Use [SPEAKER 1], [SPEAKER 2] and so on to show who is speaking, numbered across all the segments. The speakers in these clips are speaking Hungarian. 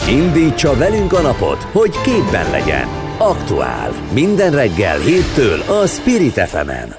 [SPEAKER 1] Indítsa velünk a napot, hogy képben legyen. Aktuál. Minden reggel 7-től a Spirit FM-en.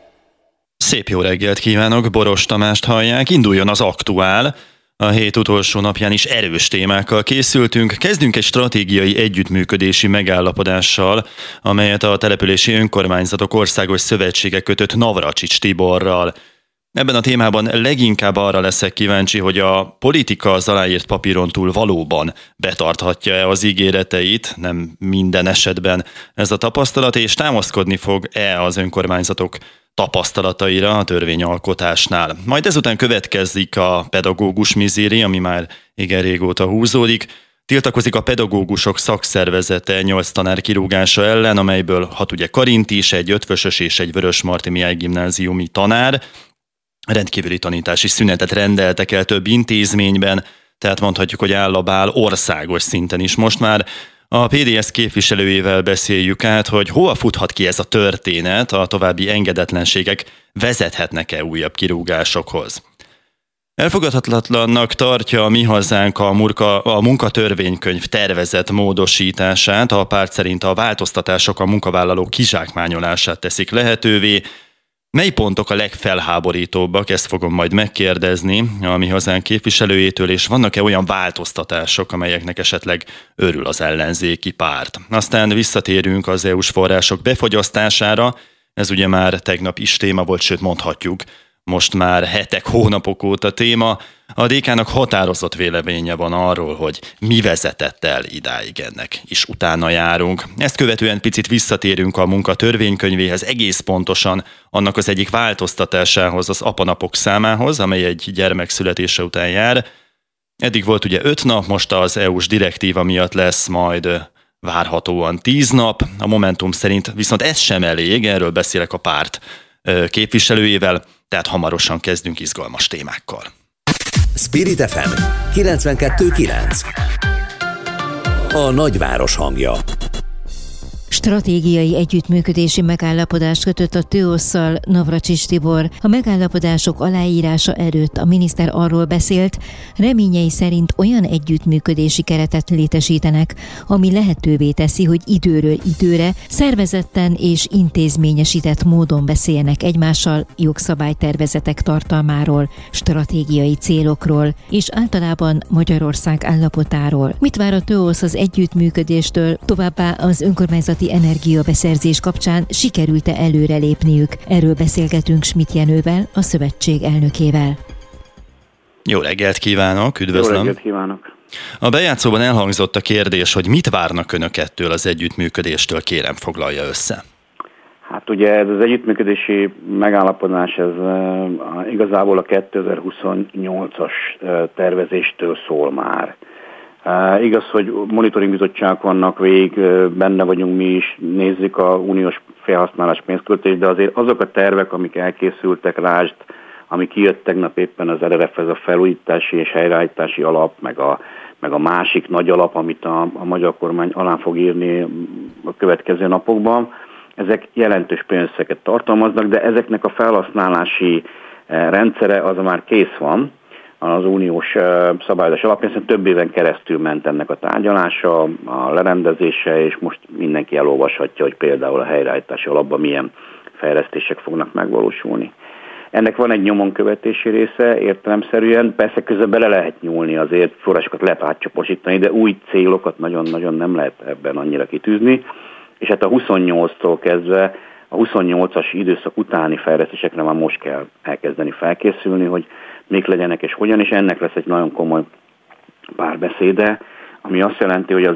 [SPEAKER 2] Szép jó reggelt kívánok, Boros Tamást hallják, induljon az Aktuál. A hét utolsó napján is erős témákkal készültünk. Kezdünk egy stratégiai együttműködési megállapodással, amelyet a Települési Önkormányzatok Országos Szövetsége kötött Navracsics Tiborral. Ebben a témában leginkább arra leszek kíváncsi, hogy a politika az aláírt papíron túl valóban betarthatja-e az ígéreteit, nem minden esetben ez a tapasztalat, és támaszkodni fog-e az önkormányzatok tapasztalataira a törvényalkotásnál. Majd ezután következik a pedagógus mizéria, ami már igen régóta húzódik. Tiltakozik a pedagógusok szakszervezete 8 tanár kirúgása ellen, amelyből 6 ugye Karint is, egy Ötvösös és egy Vörösmarty Mihály gimnáziumi tanár. Rendkívüli tanítási szünetet rendeltek el több intézményben, tehát mondhatjuk, hogy áll a bál országos szinten is. Most már a PDS képviselőjével beszéljük át, hogy hova futhat ki ez a történet, a további engedetlenségek vezethetnek-e újabb kirúgásokhoz. Elfogadhatatlannak tartja a Mi Hazánk a munkatörvénykönyv tervezett módosítását. A párt szerint a változtatások a munkavállalók kizsákmányolását teszik lehetővé. Mely pontok a legfelháborítóbbak, ezt fogom majd megkérdezni a Mi Hazánk képviselőjétől, és vannak-e olyan változtatások, amelyeknek esetleg örül az ellenzéki párt. Aztán visszatérünk az EU-s források befogyasztására, ez ugye már tegnap is téma volt, sőt mondhatjuk, most már hetek, hónapok óta téma. A DK-nak határozott véleménye van arról, hogy mi vezetett el idáig ennek, és utána járunk. Ezt követően picit visszatérünk a munka törvénykönyvéhez, egész pontosan annak az egyik változtatásához, az apanapok számához, amely egy gyermek születése után jár. Eddig volt ugye 5 nap, most az EU-s direktíva miatt lesz majd várhatóan 10 nap. A Momentum szerint viszont ez sem elég, erről beszélek a párt képviselőjével, tehát hamarosan kezdünk izgalmas témákkal.
[SPEAKER 1] Spirit FM 92.9. A nagyváros hangja.
[SPEAKER 3] Stratégiai együttműködési megállapodást kötött a TÖOSZ-szal Navracsics Tibor. A megállapodások aláírása előtt a miniszter arról beszélt, reményei szerint olyan együttműködési keretet létesítenek, ami lehetővé teszi, hogy időről időre szervezetten és intézményesített módon beszéljenek egymással jogszabálytervezetek tartalmáról, stratégiai célokról és általában Magyarország állapotáról. Mit vár a TÖOSZ az együttműködéstől, továbbá az önkormányzati energiabeszerzés kapcsán sikerült-e előrelépniük? Erről beszélgetünk Schmidt Jenővel, a szövetség elnökével.
[SPEAKER 2] Jó reggelt kívánok, üdvözlöm!
[SPEAKER 4] Jó reggelt kívánok!
[SPEAKER 2] A bejátszóban elhangzott a kérdés, hogy mit várnak önök ettől az együttműködéstől, kérem foglalja össze.
[SPEAKER 4] Hát ugye ez az együttműködési megállapodás, ez igazából a 2028-as tervezéstől szól már. Igaz, hogy monitoring bizottságok vannak végig, benne vagyunk mi is, nézzük a uniós felhasználás pénzköltést, de azért azok a tervek, amik elkészültek, lásd, ami kijött tegnap éppen az RRF, ez a felújítási és helyreállítási alap, meg a másik nagy alap, amit a magyar kormány alá fog írni a következő napokban, ezek jelentős pénzeket tartalmaznak, de ezeknek a felhasználási rendszere az már kész van, az uniós szabályozás alapján, hiszen több éven keresztül ment ennek a tárgyalása, a lerendezése, és most mindenki elolvashatja, hogy például a helyreállítási alapban milyen fejlesztések fognak megvalósulni. Ennek van egy nyomonkövetési része értelemszerűen, persze közben bele lehet nyúlni, azért forrásokat lehet átcsoportosítani, de új célokat nagyon-nagyon nem lehet ebben annyira kitűzni, és hát a 28-tól kezdve a 28-as időszak utáni fejlesztésekre már most kell elkezdeni felkészülni, hogy mik legyenek és hogyan, és ennek lesz egy nagyon komoly párbeszéde, ami azt jelenti, hogy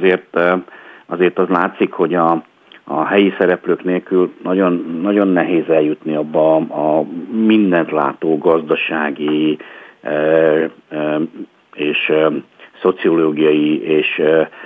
[SPEAKER 4] azért az látszik, hogy a helyi szereplők nélkül nagyon, nagyon nehéz eljutni abba a mindent látó gazdasági és szociológiai és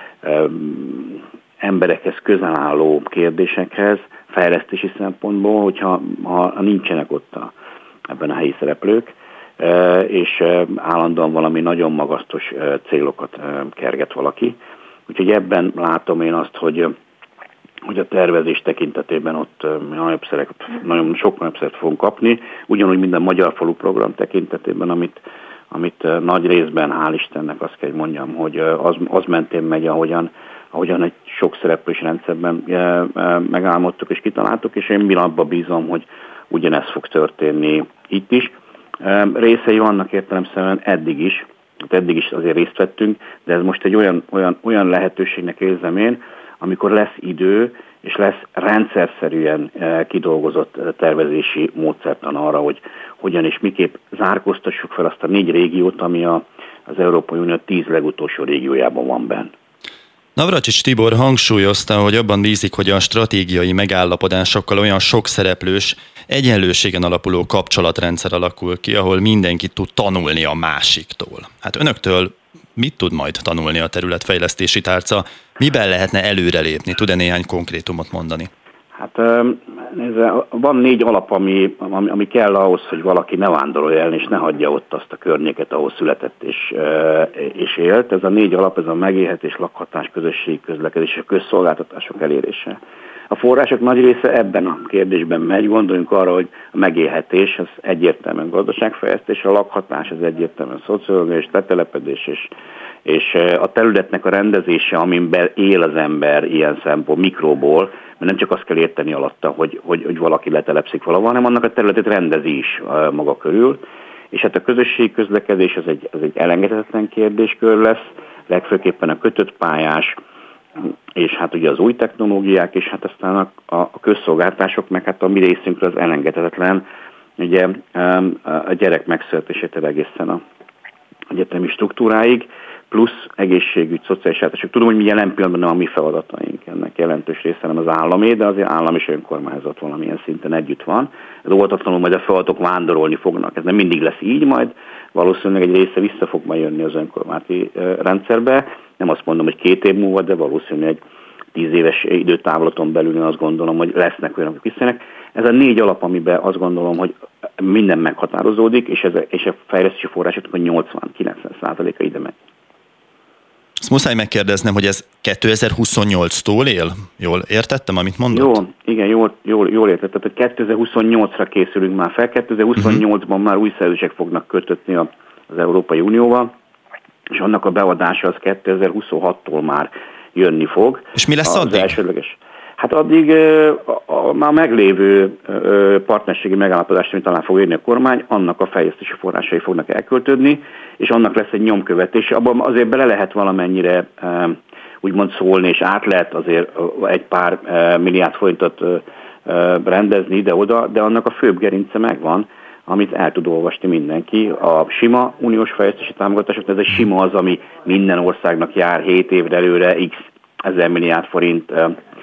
[SPEAKER 4] emberekhez közel álló kérdésekhez, fejlesztési szempontból, hogyha nincsenek ott ebben a helyi szereplők, és állandóan valami nagyon magasztos célokat kerget valaki. Úgyhogy ebben látom én azt, hogy a tervezés tekintetében ott nagyon sok nagyobb szeret fogunk kapni, ugyanúgy minden Magyar Falu program tekintetében, amit amit nagy részben, hál' Istennek azt kell, hogy mondjam, hogy az mentén megy, ahogyan egy sok szereplős rendszerben megálmodtuk és kitaláltuk, és én abban bízom, hogy ugyanez fog történni itt is. Részei vannak értelemszerűen eddig is azért részt vettünk, de ez most egy olyan lehetőségnek érzem én, amikor lesz idő, és lesz rendszerszerűen kidolgozott tervezési módszertan arra, hogy hogyan és miképp zárkóztassuk fel azt a 4 régiót, ami az Európai Unió 10 legutolsó régiójában van benn.
[SPEAKER 2] Navracsics Tibor hangsúlyozta, hogy abban bízik, hogy a stratégiai megállapodásokkal olyan sok szereplős, egyenlőségen alapuló kapcsolatrendszer alakul ki, ahol mindenki tud tanulni a másiktól. Hát önöktől mit tud majd tanulni a területfejlesztési tárca? Miben lehetne előrelépni? Tud-e néhány konkrétumot mondani? Hát
[SPEAKER 4] van 4 alap, ami kell ahhoz, hogy valaki ne vándorolja el, és ne hagyja ott azt a környéket, ahol született és élt. Ez a 4 alap, ez a megélhetés, lakhatás, közösségi közlekedés és a közszolgáltatások elérése. A források nagy része ebben a kérdésben megy. Gondoljunk arra, hogy a megélhetés az egyértelműen gazdaságfejlesztés, a lakhatás az egyértelműen szociológiai és letelepedés, és a területnek a rendezése, amin él az ember ilyen szempont, mikróból, mert nem csak azt kell érteni alatta, hogy valaki letelepszik valahol, hanem annak a területet rendezi is maga körül. És hát a közösségi közlekedés az egy elengedhetetlen kérdéskör lesz, legfőképpen a kötött pályás, és hát ugye az új technológiák, és hát aztán a közszolgáltatások, meg hát a mi részünkről az elengedhetetlen, ugye a gyerek megszületésétől egészen a egyetemi struktúráig, plusz egészségügy, szociális ellátások. Tudom, hogy mi jelen pillanatban nem a mi feladataink, ennek jelentős része nem az államé, de azért állam és önkormányzat valamilyen szinten együtt van. Ez óvatatlanul majd a feladatok vándorolni fognak. Ez nem mindig lesz így, majd valószínűleg egy része vissza fog majd jönni az önkormányzati rendszerbe. Nem azt mondom, hogy 2 év múlva, de valószínűleg egy 10 éves időtávlaton belül én azt gondolom, hogy lesznek olyanok, akik visszajönnek. Ez a 4 alap, amiben azt gondolom, hogy minden meghatározódik, és a fejlesztési forrásoknak a 80-90%-a ide megy.
[SPEAKER 2] Ezt muszáj megkérdeznem, hogy ez 2028-tól él? Jól értettem, amit mondott?
[SPEAKER 4] Jó, igen, jól értettem. Tehát 2028-ra készülünk már fel, 2028-ban már új szerződések fognak kötötni az Európai Unióval, és annak a beadása az 2026-tól már jönni fog.
[SPEAKER 2] És mi lesz addig?
[SPEAKER 4] Elsődleges. Hát addig már meglévő partnerségi megállapodást, amit talán fog érni a kormány, annak a fejlesztési forrásai fognak elköltődni, és annak lesz egy nyomkövetés. Abban azért bele lehet valamennyire úgymond szólni, és át lehet azért egy pár milliárd forintot rendezni ide-oda, de annak a főbb gerince megvan, amit el tud olvasni mindenki. A sima uniós fejlesztési támogatások, ez egy sima az, ami minden országnak jár 7 évre előre x 1000 milliárd forint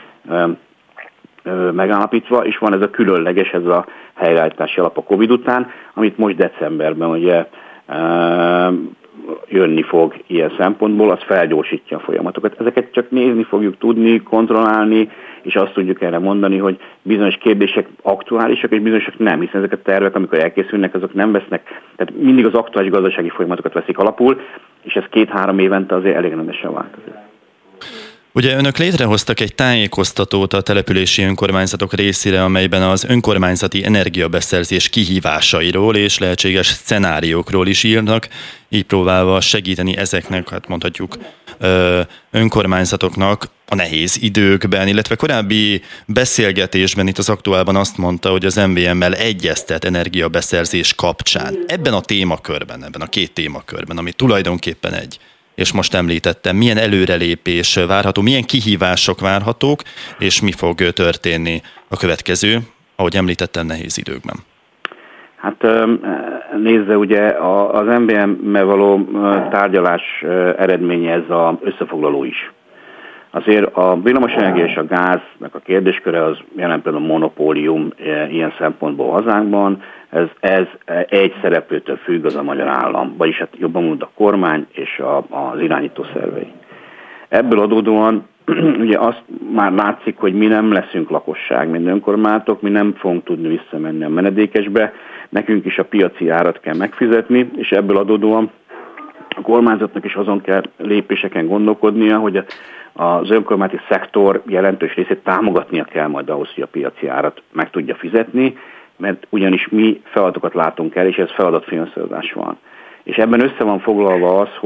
[SPEAKER 4] megállapítva, és van ez a különleges, ez a helyreállítási alap a Covid után, amit most decemberben ugye jönni fog ilyen szempontból, az felgyorsítja a folyamatokat. Ezeket csak nézni fogjuk tudni, kontrollálni, és azt tudjuk erre mondani, hogy bizonyos kérdések aktuálisak, és bizonyosak nem, hiszen ezek a tervek, amikor elkészülnek, azok nem vesznek, tehát mindig az aktuális gazdasági folyamatokat veszik alapul, és ez 2-3 évente azért elég rendesen változik.
[SPEAKER 2] Ugye önök létrehoztak egy tájékoztatót a települési önkormányzatok részére, amelyben az önkormányzati energiabeszerzés kihívásairól és lehetséges szenáriókról is írnak, így próbálva segíteni ezeknek, hát mondhatjuk, önkormányzatoknak a nehéz időkben, illetve korábbi beszélgetésben itt az Aktuálban azt mondta, hogy az MVM-mel egyeztet energiabeszerzés kapcsán. Ebben a témakörben, ebben a 2 témakörben, ami tulajdonképpen egy, és most említettem, milyen előrelépés várható, milyen kihívások várhatók, és mi fog történni a következő, ahogy említettem, nehéz időkben. Hát nézze, ugye az MVM-mel való tárgyalás eredménye ez az összefoglaló is. Azért a villamosenergia és a gáznak a kérdésköre az jelen például monopólium ilyen szempontból hazánkban, ez egy szereplőtől függ, az a magyar állam, vagyis hát jobban mondva a kormány és az irányító szervei. Ebből adódóan ugye azt már látszik, hogy mi nem leszünk lakosság, mint önkormányzatok, mi nem fogunk tudni visszamenni a menedékesbe, nekünk is a piaci árat kell megfizetni, és ebből adódóan a kormányzatnak is azon kell lépéseken gondolkodnia, hogy az önkormányzati szektor jelentős részét támogatnia kell majd ahhoz, hogy a piaci árat meg tudja fizetni, mert ugyanis mi feladatokat látunk el, és ez feladatfinanszírozás van.
[SPEAKER 4] És ebben össze van foglalva az,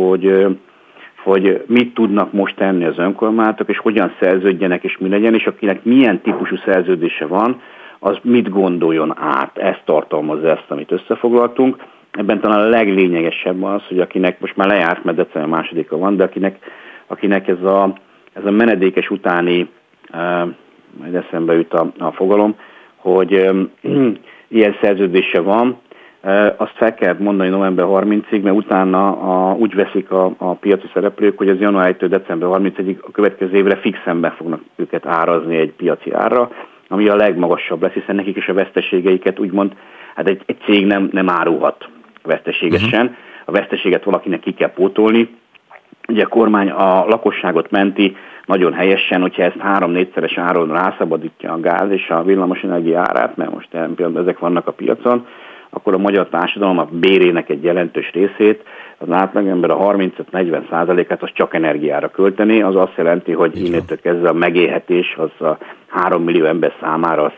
[SPEAKER 4] hogy mit tudnak most tenni az önkormányzatok, és hogyan szerződjenek, és mi legyen, és akinek milyen típusú szerződése van, az mit gondoljon át. Ezt tartalmazza ezt, amit összefoglaltunk. Ebben talán a leglényegesebb az, hogy akinek most már lejárt, mert december 2-a van, de akinek ez a menedékes utáni, majd eszembe jut a fogalom, hogy ilyen szerződése van, azt fel kell mondani november 30-ig, mert utána úgy veszik a piaci szereplők, hogy az január 1-től december 31-ig a következő évre fixen be fognak őket árazni egy piaci árra, ami a legmagasabb lesz, hiszen nekik is a veszteségeiket úgymond, hát egy cég nem árulhat veszteségesen, a veszteséget valakinek ki kell pótolni. Ugye a kormány a lakosságot menti nagyon helyesen, hogyha ezt 3-4-szeres áron rászabadítja a gáz és a villamosenergia árát, mert most ezek vannak a piacon, akkor a magyar társadalom a bérének egy jelentős részét, az átlagember a 35-40%-át az csak energiára költeni, az azt jelenti, hogy innentől kezdve a megélhetés az a 3 millió ember számára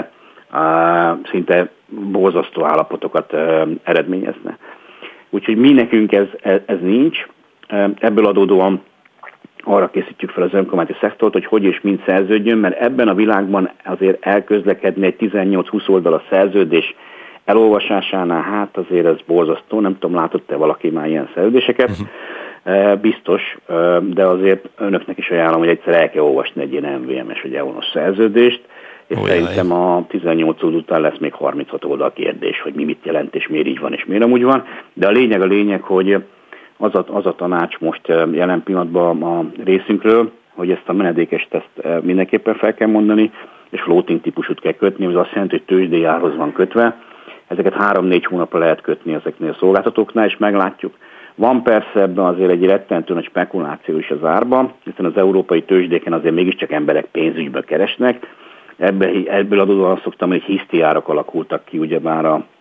[SPEAKER 4] szinte borzasztó állapotokat eredményezne. Úgyhogy mi nekünk ez nincs, ebből adódóan arra készítjük fel az önkormányzati szektort, hogy és mind szerződjön, mert ebben a világban azért elközlekedni egy 18-20 oldalas szerződés elolvasásánál, hát azért ez borzasztó, nem tudom, látott-e valaki már ilyen szerződéseket, biztos, de azért önöknek is ajánlom, hogy egyszer el kell olvasni egy ilyen MVM-es vagy EON-os szerződést, és szerintem a 18 oldal után lesz még 36 oldal kérdés, hogy mi mit jelent, és miért így van, és miért amúgy van, de a lényeg, hogy az a tanács most jelen pillanatban a részünkről, hogy ezt a menedékes teszt mindenképpen fel kell mondani, és floating típusút kell kötni, az azt jelenti, hogy tőzsdei árhoz van kötve. Ezeket 3-4 hónapra lehet kötni ezeknél a szolgáltatóknál, és meglátjuk. Van persze ebben azért egy rettentő nagy spekuláció is az árban, hiszen az európai tőzsdéken azért mégiscsak emberek pénzügyben keresnek. Ebből adódóan szoktam, hogy hisztiárak alakultak ki, ugyebár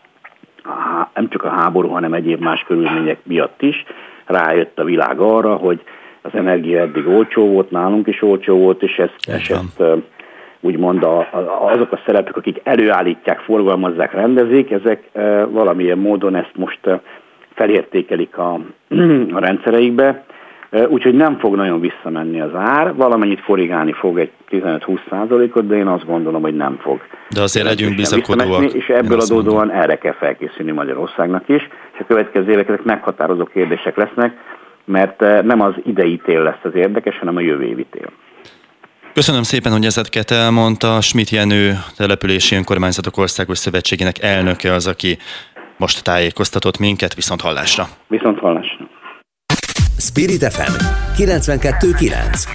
[SPEAKER 4] nem csak a háború, hanem egyéb más körülmények miatt is. Rájött a világ arra, hogy az energia eddig olcsó volt, nálunk is olcsó volt, és ezt úgymond azok a szereplők, akik előállítják, forgalmazzák, rendezik, ezek valamilyen módon ezt most felértékelik a rendszereikbe, úgyhogy nem fog nagyon visszamenni az ár, valamennyit korrigálni fog egy 15-20%-ot, de én azt gondolom, hogy nem fog.
[SPEAKER 2] De azért legyünk bizakodóak.
[SPEAKER 4] És ebből adódóan erre kell felkészülni Magyarországnak is, és a következő évek ezek meghatározó kérdések lesznek, mert nem az idei tél lesz az érdekes, hanem a jövő évi tél.
[SPEAKER 2] Köszönöm szépen, hogy ezeket elmondta. Schmidt Jenő, Települési Önkormányzatok Országos Szövetségének elnöke az, aki most tájékoztatott minket. Viszont hallásra.
[SPEAKER 4] Viszont hallásra.
[SPEAKER 1] Spirit FM 92.9.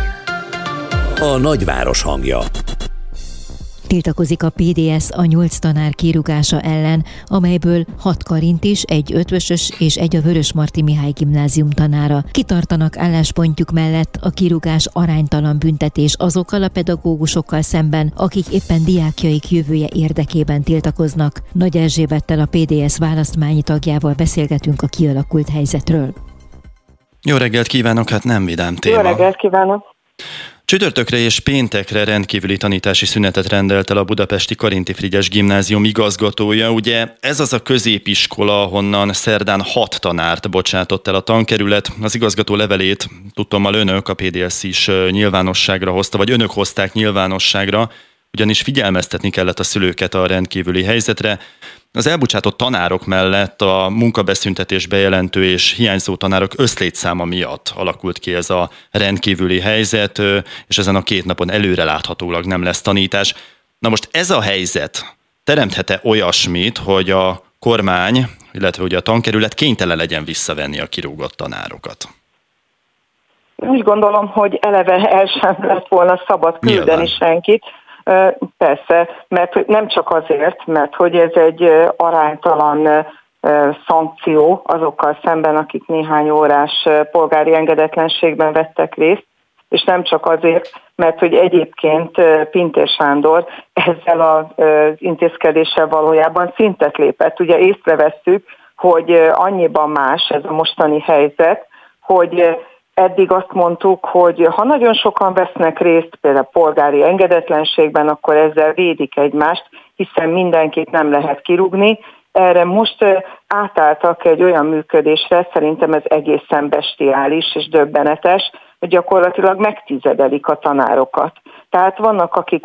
[SPEAKER 1] A nagyváros hangja.
[SPEAKER 3] Tiltakozik a PDS a 8 tanár kirúgása ellen, amelyből 6 karintis, egy ötvösös és egy a Vörösmarty Mihály gimnázium tanára. Kitartanak álláspontjuk mellett, a kirúgás aránytalan büntetés azokkal a pedagógusokkal szemben, akik éppen diákjaik jövője érdekében tiltakoznak. Nagy Erzsébettel, a PDS választmányi tagjával beszélgetünk a kialakult helyzetről.
[SPEAKER 2] Jó reggelt kívánok, hát nem vidám téma.
[SPEAKER 5] Jó reggelt kívánok!
[SPEAKER 2] Csütörtökre és péntekre rendkívüli tanítási szünetet rendelt el a budapesti Karinti Frigyes gimnázium igazgatója. Ugye ez az a középiskola, ahonnan szerdán 6 tanárt bocsátott el a tankerület. Az igazgató levelét tudtommal önök, a PDS is nyilvánosságra hozta, vagy önök hozták nyilvánosságra, ugyanis figyelmeztetni kellett a szülőket a rendkívüli helyzetre. Az elbocsátott tanárok mellett a munkabeszüntetés bejelentő és hiányzó tanárok összlétszáma miatt alakult ki ez a rendkívüli helyzet, és ezen a 2 napon előreláthatólag nem lesz tanítás. Na most ez a helyzet teremthet-e olyasmit, hogy a kormány, illetve ugye a tankerület kénytelen legyen visszavenni a kirúgott tanárokat?
[SPEAKER 5] Úgy gondolom, hogy eleve el sem lett volna szabad küldeni senkit. Persze, mert nem csak azért, mert hogy ez egy aránytalan szankció azokkal szemben, akik néhány órás polgári engedetlenségben vettek részt, és nem csak azért, mert hogy egyébként Pintér Sándor ezzel az intézkedéssel valójában szintet lépett. Ugye észrevesszük, hogy annyiban más ez a mostani helyzet, hogy eddig azt mondtuk, hogy ha nagyon sokan vesznek részt például polgári engedetlenségben, akkor ezzel védik egymást, hiszen mindenkit nem lehet kirúgni, Erre most átálltak egy olyan működésre, szerintem ez egészen bestiális és döbbenetes, hogy gyakorlatilag megtizedelik a tanárokat. Tehát vannak, akik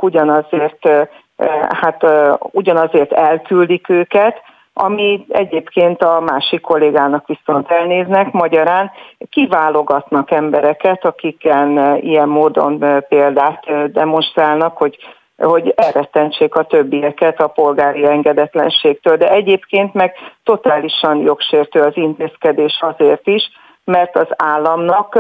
[SPEAKER 5] ugyanazért elküldik őket, ami egyébként a másik kollégának viszont elnéznek, magyarán kiválogatnak embereket, akiken ilyen módon példát demonstrálnak, hogy elrettentsék a többieket a polgári engedetlenségtől. De egyébként meg totálisan jogsértő az intézkedés azért is, mert az államnak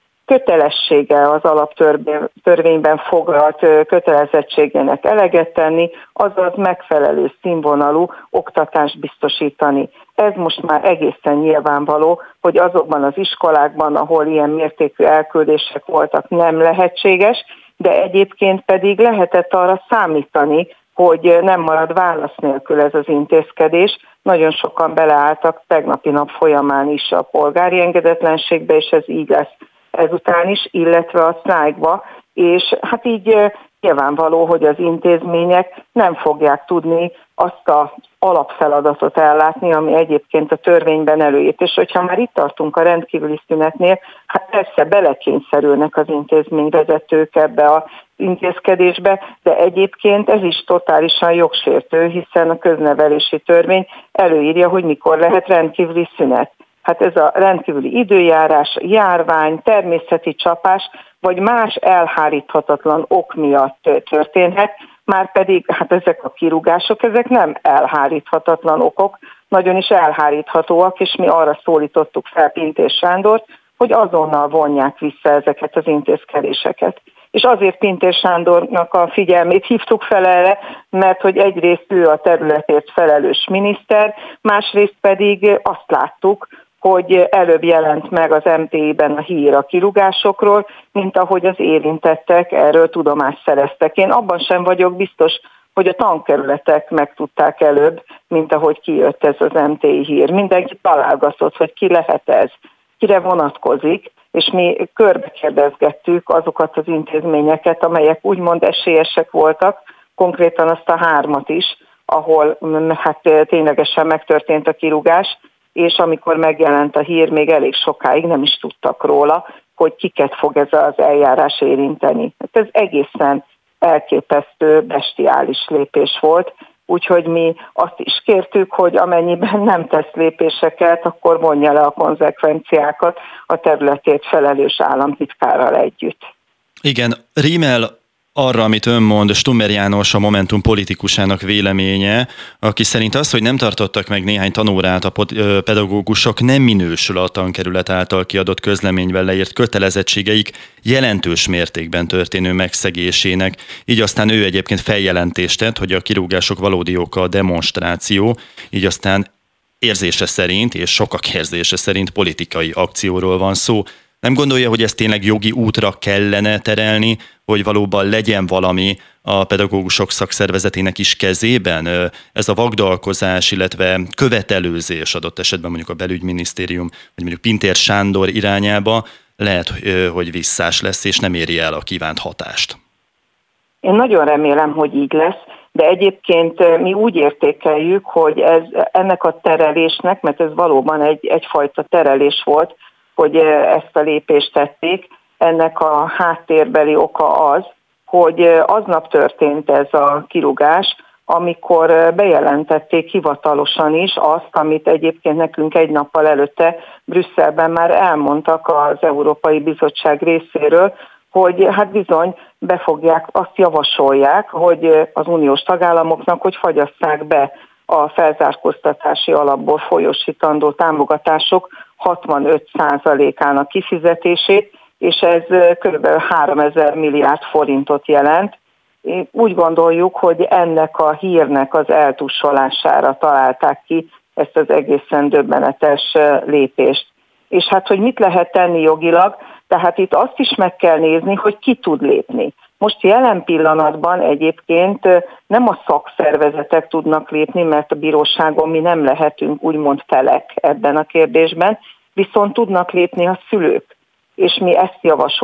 [SPEAKER 5] kötelessége az alaptörvényben foglalt kötelezettségének eleget tenni, azaz megfelelő színvonalú oktatást biztosítani. Ez most már egészen nyilvánvaló, hogy azokban az iskolákban, ahol ilyen mértékű elküldések voltak, nem lehetséges, de egyébként pedig lehetett arra számítani, hogy nem marad válasz nélkül ez az intézkedés. Nagyon sokan beleálltak tegnapi nap folyamán is a polgári engedetlenségbe, és ez így lesz ezután is, illetve a sztrájkba, és hát így nyilvánvaló, hogy az intézmények nem fogják tudni azt az alapfeladatot ellátni, ami egyébként a törvényben előírt. És hogyha már itt tartunk a rendkívüli szünetnél, hát persze belekényszerülnek az intézményvezetők ebbe az intézkedésbe, de egyébként ez is totálisan jogsértő, hiszen a köznevelési törvény előírja, hogy mikor lehet rendkívüli szünet. Hát ez a rendkívüli időjárás, járvány, természeti csapás, vagy más elháríthatatlan ok miatt történhet, már pedig hát ezek a kirúgások, ezek nem elháríthatatlan okok, nagyon is elháríthatóak, és mi arra szólítottuk fel Pintér Sándort, hogy azonnal vonják vissza ezeket az intézkedéseket. És azért Pintér Sándornak a figyelmét hívtuk fel erre, mert hogy egyrészt ő a területért felelős miniszter, másrészt pedig azt láttuk, hogy előbb jelent meg az MTI-ben a hír a kirúgásokról, mint ahogy az érintettek erről tudomást szereztek. Én abban sem vagyok biztos, hogy a tankerületek megtudták előbb, mint ahogy kijött ez az MTI hír. Mindenki találgatott, hogy ki lehet ez, kire vonatkozik, és mi körbekérdezgettük azokat az intézményeket, amelyek úgymond esélyesek voltak, konkrétan azt a 3 is, ahol hát ténylegesen megtörtént a kirúgás, és amikor megjelent a hír, még elég sokáig nem is tudtak róla, hogy kiket fog ez az eljárás érinteni. Ez egészen elképesztő, bestiális lépés volt, úgyhogy mi azt is kértük, hogy amennyiben nem tesz lépéseket, akkor vonja le a konzekvenciákat a területért felelős államtitkárral együtt.
[SPEAKER 2] Igen, rímel arra, amit ön mond, Stummer János, a Momentum politikusának véleménye, aki szerint az, hogy nem tartottak meg néhány tanórát a pedagógusok, nem minősül a tankerület által kiadott közleményben leírt kötelezettségeik jelentős mértékben történő megszegésének. Így aztán ő egyébként feljelentést tett, hogy a kirúgások valódi oka a demonstráció, így aztán érzése szerint, és sokak érzése szerint politikai akcióról van szó. Nem gondolja, hogy ezt tényleg jogi útra kellene terelni, hogy valóban legyen valami a pedagógusok szakszervezetének is kezében? Ez a vagdalkozás, illetve követelőzés adott esetben mondjuk a belügyminisztérium, vagy mondjuk Pintér Sándor irányába lehet, hogy visszás lesz, és nem éri el a kívánt hatást.
[SPEAKER 5] Én nagyon remélem, hogy így lesz, de egyébként mi úgy értékeljük, hogy ennek a terelésnek, mert ez valóban egyfajta terelés volt, hogy ezt a lépést tették, ennek a háttérbeli oka az, hogy aznap történt ez a kirúgás, amikor bejelentették hivatalosan is azt, amit egyébként nekünk egy nappal előtte Brüsszelben már elmondtak az Európai Bizottság részéről, hogy hát bizony azt javasolják, hogy az uniós tagállamoknak, hogy fagyasszák be a felzárkóztatási alapból folyósítandó támogatások 65%-ának kifizetését, és ez kb. 3000 milliárd forintot jelent. Úgy gondoljuk, hogy ennek a hírnek az eltussolására találták ki ezt az egészen döbbenetes lépést. És hát, hogy mit lehet tenni jogilag, tehát itt azt is meg kell nézni, hogy ki tud lépni. Most jelen pillanatban egyébként nem a szakszervezetek tudnak lépni, mert a bíróságon mi nem lehetünk úgymond felek ebben a kérdésben, viszont tudnak lépni a szülők. És mi ezt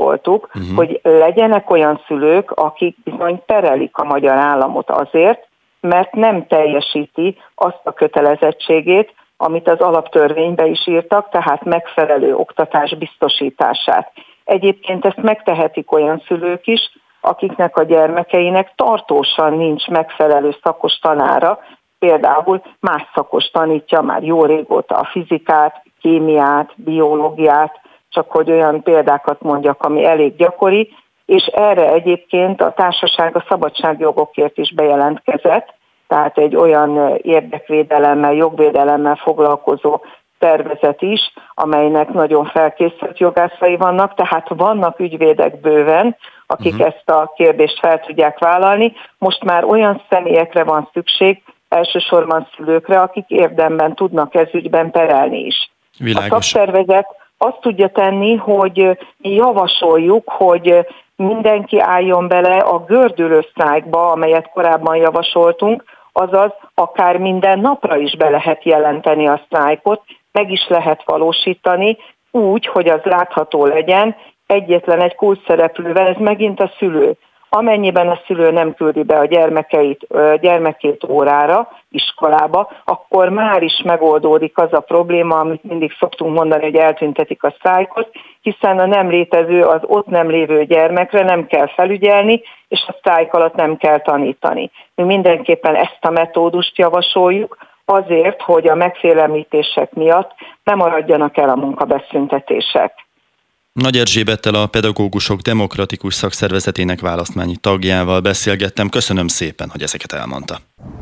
[SPEAKER 5] javasoltuk, hogy legyenek olyan szülők, akik bizony perelik a magyar államot azért, mert nem teljesíti azt a kötelezettségét, amit az alaptörvénybe is írtak, tehát megfelelő oktatás biztosítását. Egyébként ezt megtehetik olyan szülők is, akiknek a gyermekeinek tartósan nincs megfelelő szakos tanára, például más szakos tanítja már jó régóta a fizikát, kémiát, biológiát, csak hogy olyan példákat mondjak, ami elég gyakori, és erre egyébként a társaság a szabadságjogokért is bejelentkezett, tehát egy olyan érdekvédelemmel, jogvédelemmel foglalkozó szervezet is, amelynek nagyon felkészült jogászai vannak, tehát vannak ügyvédek bőven, akik ezt a kérdést fel tudják vállalni. Most már olyan személyekre van szükség, elsősorban szülőkre, akik érdemben tudnak ez ügyben perelni is.
[SPEAKER 2] Világos.
[SPEAKER 5] A szakszervezet azt tudja tenni, hogy mi javasoljuk, hogy mindenki álljon bele a gördülő sztrájkba, amelyet korábban javasoltunk, azaz akár minden napra is be lehet jelenteni a sztrájkot, meg is lehet valósítani úgy, hogy az látható legyen, egyetlen egy kulcsszereplővel, ez megint a szülő. Amennyiben a szülő nem küldi be a gyermekét órára, iskolába, akkor már is megoldódik az a probléma, amit mindig szoktunk mondani, hogy eltüntetik a sztrájkot, hiszen a nem létező, az ott nem lévő gyermekre nem kell felügyelni, és a sztrájk alatt nem kell tanítani. Mi mindenképpen ezt a metódust javasoljuk, azért, hogy a megfélemlítések miatt ne maradjanak el a munkabeszüntetések.
[SPEAKER 2] Nagy Erzsébettel, a Pedagógusok Demokratikus Szakszervezetének választmányi tagjával beszélgettem. Köszönöm szépen, hogy ezeket elmondta.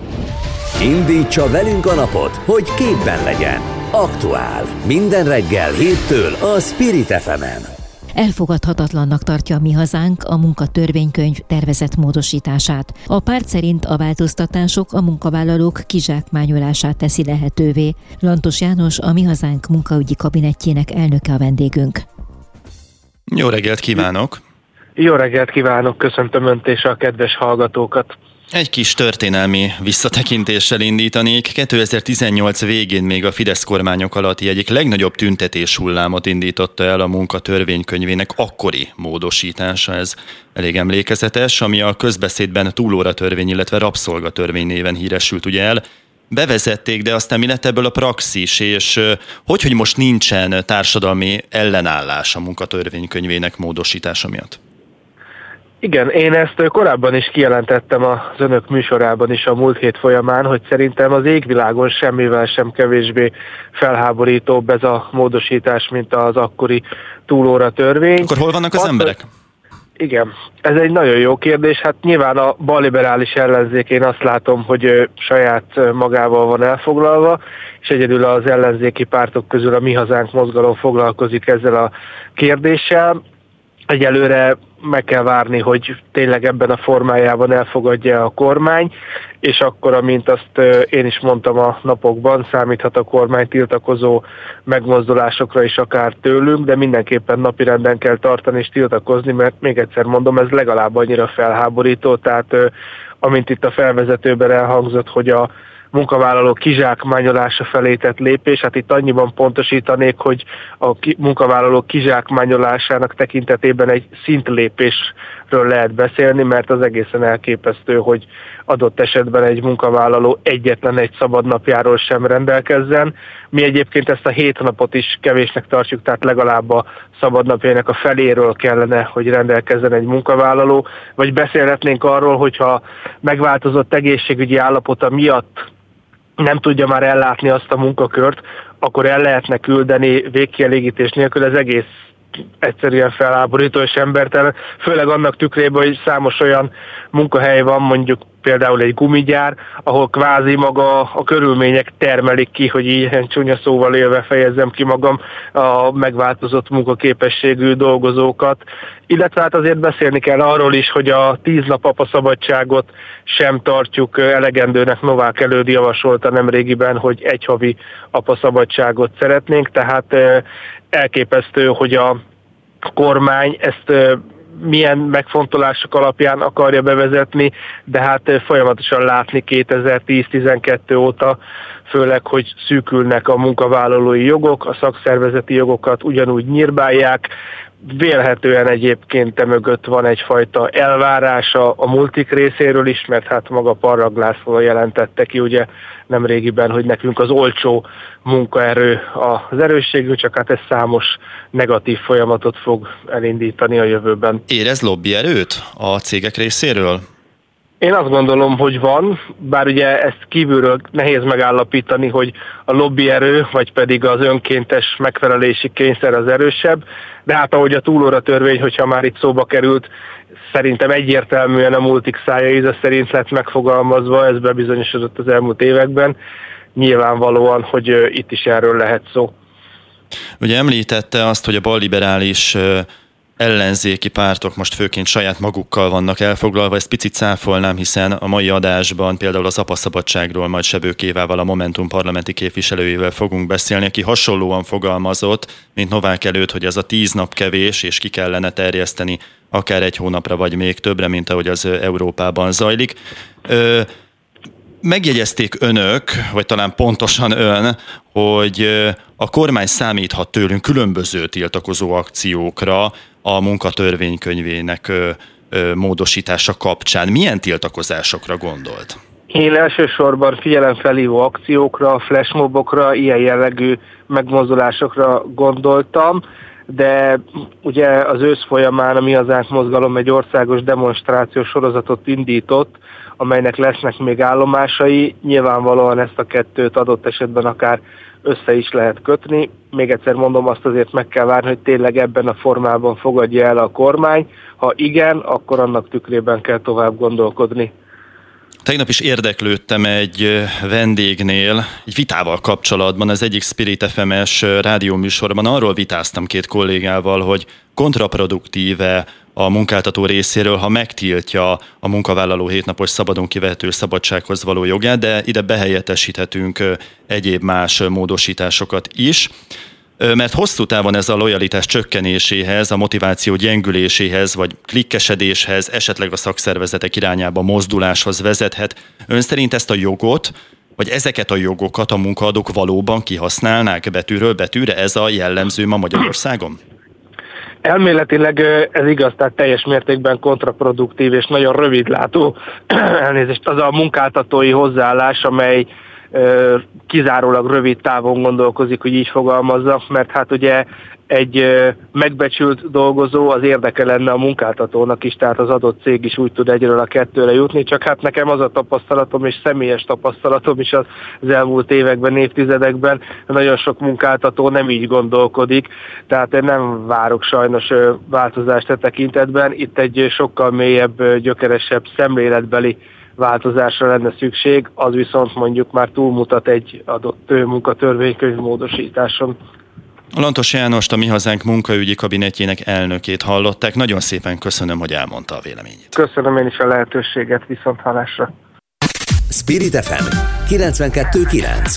[SPEAKER 1] Indítsa velünk a napot, hogy képben legyen. Aktuál. Minden reggel 7-től a Spirit FM-en.
[SPEAKER 3] Elfogadhatatlannak tartja a Mi Hazánk a munkatörvénykönyv tervezett módosítását. A párt szerint a változtatások a munkavállalók kizsákmányolását teszi lehetővé. Lantos János, a Mi Hazánk munkaügyi kabinettjének elnöke a vendégünk.
[SPEAKER 2] Jó reggelt kívánok!
[SPEAKER 6] Jó reggelt kívánok, köszöntöm Önt és a kedves hallgatókat!
[SPEAKER 2] Egy kis történelmi visszatekintéssel indítanék. 2018 végén még a Fidesz kormányok alatti egyik legnagyobb tüntetés hullámot indította el a munkatörvénykönyvének akkori módosítása. Ez elég emlékezetes, ami a közbeszédben túlóratörvény, illetve rabszolgatörvény néven híresült ugye el. Bevezették, de aztán mi lett ebből a praxis, és hogy most nincsen társadalmi ellenállás a munkatörvénykönyvének módosítása miatt?
[SPEAKER 6] Igen, én ezt korábban is kijelentettem az Önök műsorában is a múlt hét folyamán, hogy szerintem az égvilágon semmivel sem kevésbé felháborítóbb ez a módosítás, mint az akkori túlóratörvény.
[SPEAKER 2] Akkor hol vannak az emberek?
[SPEAKER 6] Igen, ez egy nagyon jó kérdés. Hát nyilván a balliberális ellenzék, én azt látom, hogy saját magával van elfoglalva, és egyedül az ellenzéki pártok közül a Mi Hazánk mozgalom foglalkozik ezzel a kérdéssel. Egyelőre meg kell várni, hogy tényleg ebben a formájában elfogadja a kormány, és akkor, amint azt én is mondtam a napokban, számíthat a kormány tiltakozó megmozdulásokra is akár tőlünk, de mindenképpen napirenden kell tartani és tiltakozni, mert még egyszer mondom, ez legalább annyira felháborító, tehát amint itt a felvezetőben elhangzott, hogy a munkavállalók kizsákmányolása felé tett lépés. Hát itt annyiban pontosítanék, hogy a munkavállalók kizsákmányolásának tekintetében egy szintlépésről lehet beszélni, mert az egészen elképesztő, hogy adott esetben egy munkavállaló egyetlen egy szabadnapjáról sem rendelkezzen. Mi egyébként ezt a 7 napot is kevésnek tartjuk, tehát legalább a szabadnapjának a feléről kellene, hogy rendelkezzen egy munkavállaló, vagy beszélhetnénk arról, hogyha megváltozott egészségügyi állapota miatt nem tudja már ellátni azt a munkakört, akkor el lehetne küldeni végkielégítés nélkül. Ez egész egyszerűen felháborító és embertelen, főleg annak tükrében, hogy számos olyan munkahely van, mondjuk például egy gumigyár, ahol kvázi maga a körülmények termelik ki, hogy ilyen csúnya szóval élve fejezzem ki magam, a megváltozott munkaképességű dolgozókat. Illetve hát azért beszélni kell arról is, hogy a 10 nap apaszabadságot sem tartjuk elegendőnek. Novák Előd javasolta nemrégiben, hogy egy havi apaszabadságot szeretnénk, tehát elképesztő, hogy a kormány ezt milyen megfontolások alapján akarja bevezetni, de hát folyamatosan látni 2010-12 óta, főleg, hogy szűkülnek a munkavállalói jogok, a szakszervezeti jogokat ugyanúgy nyírbálják, Vélhetően egyébként mögött van egyfajta elvárás a multik részéről is, mert hát maga Parrag László jelentette ki ugye nemrégiben, hogy nekünk az olcsó munkaerő az erősségünk, csak hát ez számos negatív folyamatot fog elindítani a jövőben.
[SPEAKER 2] Érez lobbyerőt a cégek részéről?
[SPEAKER 6] Én azt gondolom, hogy van, bár ugye ezt kívülről nehéz megállapítani, hogy a lobbyerő, vagy pedig az önkéntes megfelelési kényszer az erősebb, de hát ahogy a túlóra törvény, hogyha már itt szóba került, szerintem egyértelműen a multik szája íze szerint lett megfogalmazva, ez bebizonyosodott az elmúlt években, nyilvánvalóan, hogy itt is erről lehet szó.
[SPEAKER 2] Ugye említette azt, hogy a balliberális ellenzéki pártok most főként saját magukkal vannak elfoglalva, ezt picit cáfolnám, hiszen a mai adásban például az apaszabadságról majd Sebők Évával, a Momentum parlamenti képviselőjével fogunk beszélni, aki hasonlóan fogalmazott, mint Novák előtt, hogy ez a 10 nap kevés, és ki kellene terjeszteni akár egy hónapra, vagy még többre, mint ahogy az Európában zajlik. Megjegyezték önök, vagy talán pontosan ön, hogy a kormány számíthat tőlünk különböző tiltakozó akciókra a munkatörvénykönyvének módosítása kapcsán. Milyen tiltakozásokra gondolt?
[SPEAKER 6] Én elsősorban figyelemfelhívó akciókra, flashmobokra, ilyen jellegű megmozdulásokra gondoltam, de ugye az ősz folyamán a Mi Hazánk mozgalom egy országos demonstrációs sorozatot indított, amelynek lesznek még állomásai. Nyilvánvalóan ezt a kettőt adott esetben akár össze is lehet kötni. Még egyszer mondom, azt azért meg kell várni, hogy tényleg ebben a formában fogadja el a kormány. Ha igen, akkor annak tükrében kell tovább gondolkodni.
[SPEAKER 2] Tegnap is érdeklődtem egy vendégnél, egy vitával kapcsolatban, az egyik Spirit FM-es rádióműsorban arról vitáztam két kollégával, hogy kontraproduktíve a munkáltató részéről, ha megtiltja a munkavállaló 7 napos szabadon kivehető szabadsághoz való jogát, de ide behelyettesíthetünk egyéb más módosításokat is. Mert hosszú távon ez a lojalitás csökkenéséhez, a motiváció gyengüléséhez, vagy klikkesedéshez, esetleg a szakszervezetek irányába mozduláshoz vezethet. Ön szerint ezt a jogot, vagy ezeket a jogokat a munkaadók valóban kihasználnák betűről betűre? Ez a jellemző ma Magyarországon?
[SPEAKER 6] Elméletileg ez igaz, tehát teljes mértékben kontraproduktív és nagyon rövidlátó elnézést az a munkáltatói hozzáállás, amely kizárólag rövid távon gondolkozik, hogy így fogalmazzak, mert hát ugye egy megbecsült dolgozó az érdeke lenne a munkáltatónak is, tehát az adott cég is úgy tud egyről a kettőre jutni, csak hát nekem az a tapasztalatom és személyes tapasztalatom is az elmúlt években, évtizedekben, nagyon sok munkáltató nem így gondolkodik, tehát én nem várok sajnos változást e tekintetben, itt egy sokkal mélyebb, gyökeresebb szemléletbeli változásra lenne szükség, az viszont mondjuk már túlmutat egy adott munkatörvénykönyv módosításon.
[SPEAKER 2] Lantos Jánost, a Mi Hazánk munkaügyi kabinetjének elnökét hallották. Nagyon szépen köszönöm, hogy elmondta a véleményét.
[SPEAKER 6] Köszönöm én is a lehetőséget, viszonthallásra.
[SPEAKER 1] Spirit FM 92.9.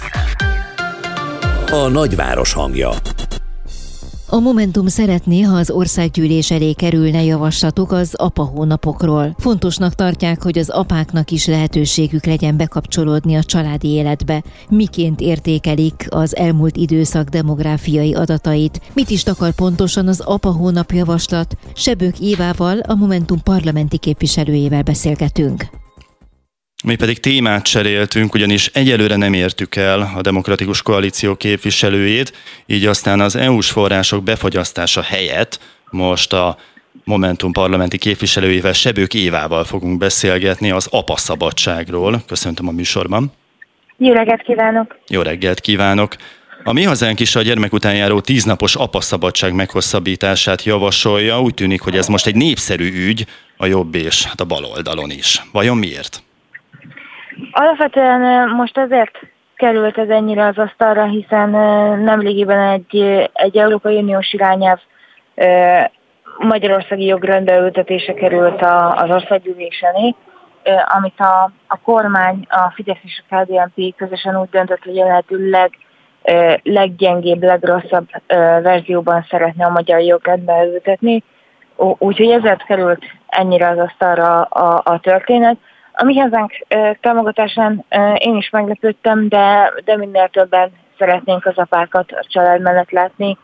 [SPEAKER 1] A nagyváros hangja.
[SPEAKER 3] A Momentum szeretné, ha az országgyűlés elé kerülne javaslatok az apa hónapokról. Fontosnak tartják, hogy az apáknak is lehetőségük legyen bekapcsolódni a családi életbe. Miként értékelik az elmúlt időszak demográfiai adatait? Mit is takar pontosan az apa hónap javaslat? Sebők Évával, a Momentum parlamenti képviselőjével beszélgetünk.
[SPEAKER 2] Mi pedig témát cseréltünk, ugyanis egyelőre nem értük el a Demokratikus Koalíció képviselőjét, így aztán az EU-s források befagyasztása helyett most a Momentum parlamenti képviselőjével, Sebők Évával fogunk beszélgetni az apaszabadságról. Köszöntöm a műsorban.
[SPEAKER 7] Jó reggelt kívánok!
[SPEAKER 2] Jó reggelt kívánok! A Mi Hazánk is a gyermek után járó 10 napos apaszabadság meghosszabbítását javasolja. Úgy tűnik, hogy ez most egy népszerű ügy a jobb és a bal oldalon is. Vajon miért?
[SPEAKER 7] Alapvetően most azért került ez ennyire az asztalra, hiszen nemrégiben egy Európai Uniós irányelv magyarországi jogrendbe ültetése került az országgyűlés elé, amit a kormány, a Fidesz és a KDNP közösen úgy döntött, hogy a lehető leggyengébb, legrosszabb verzióban szeretne a magyar jogrendbe ültetni. Úgyhogy ezért került ennyire az asztalra a történet. A Mi Hazánk támogatásán én is meglepődtem, de minél többen szeretnénk az apákat a család mellett látni,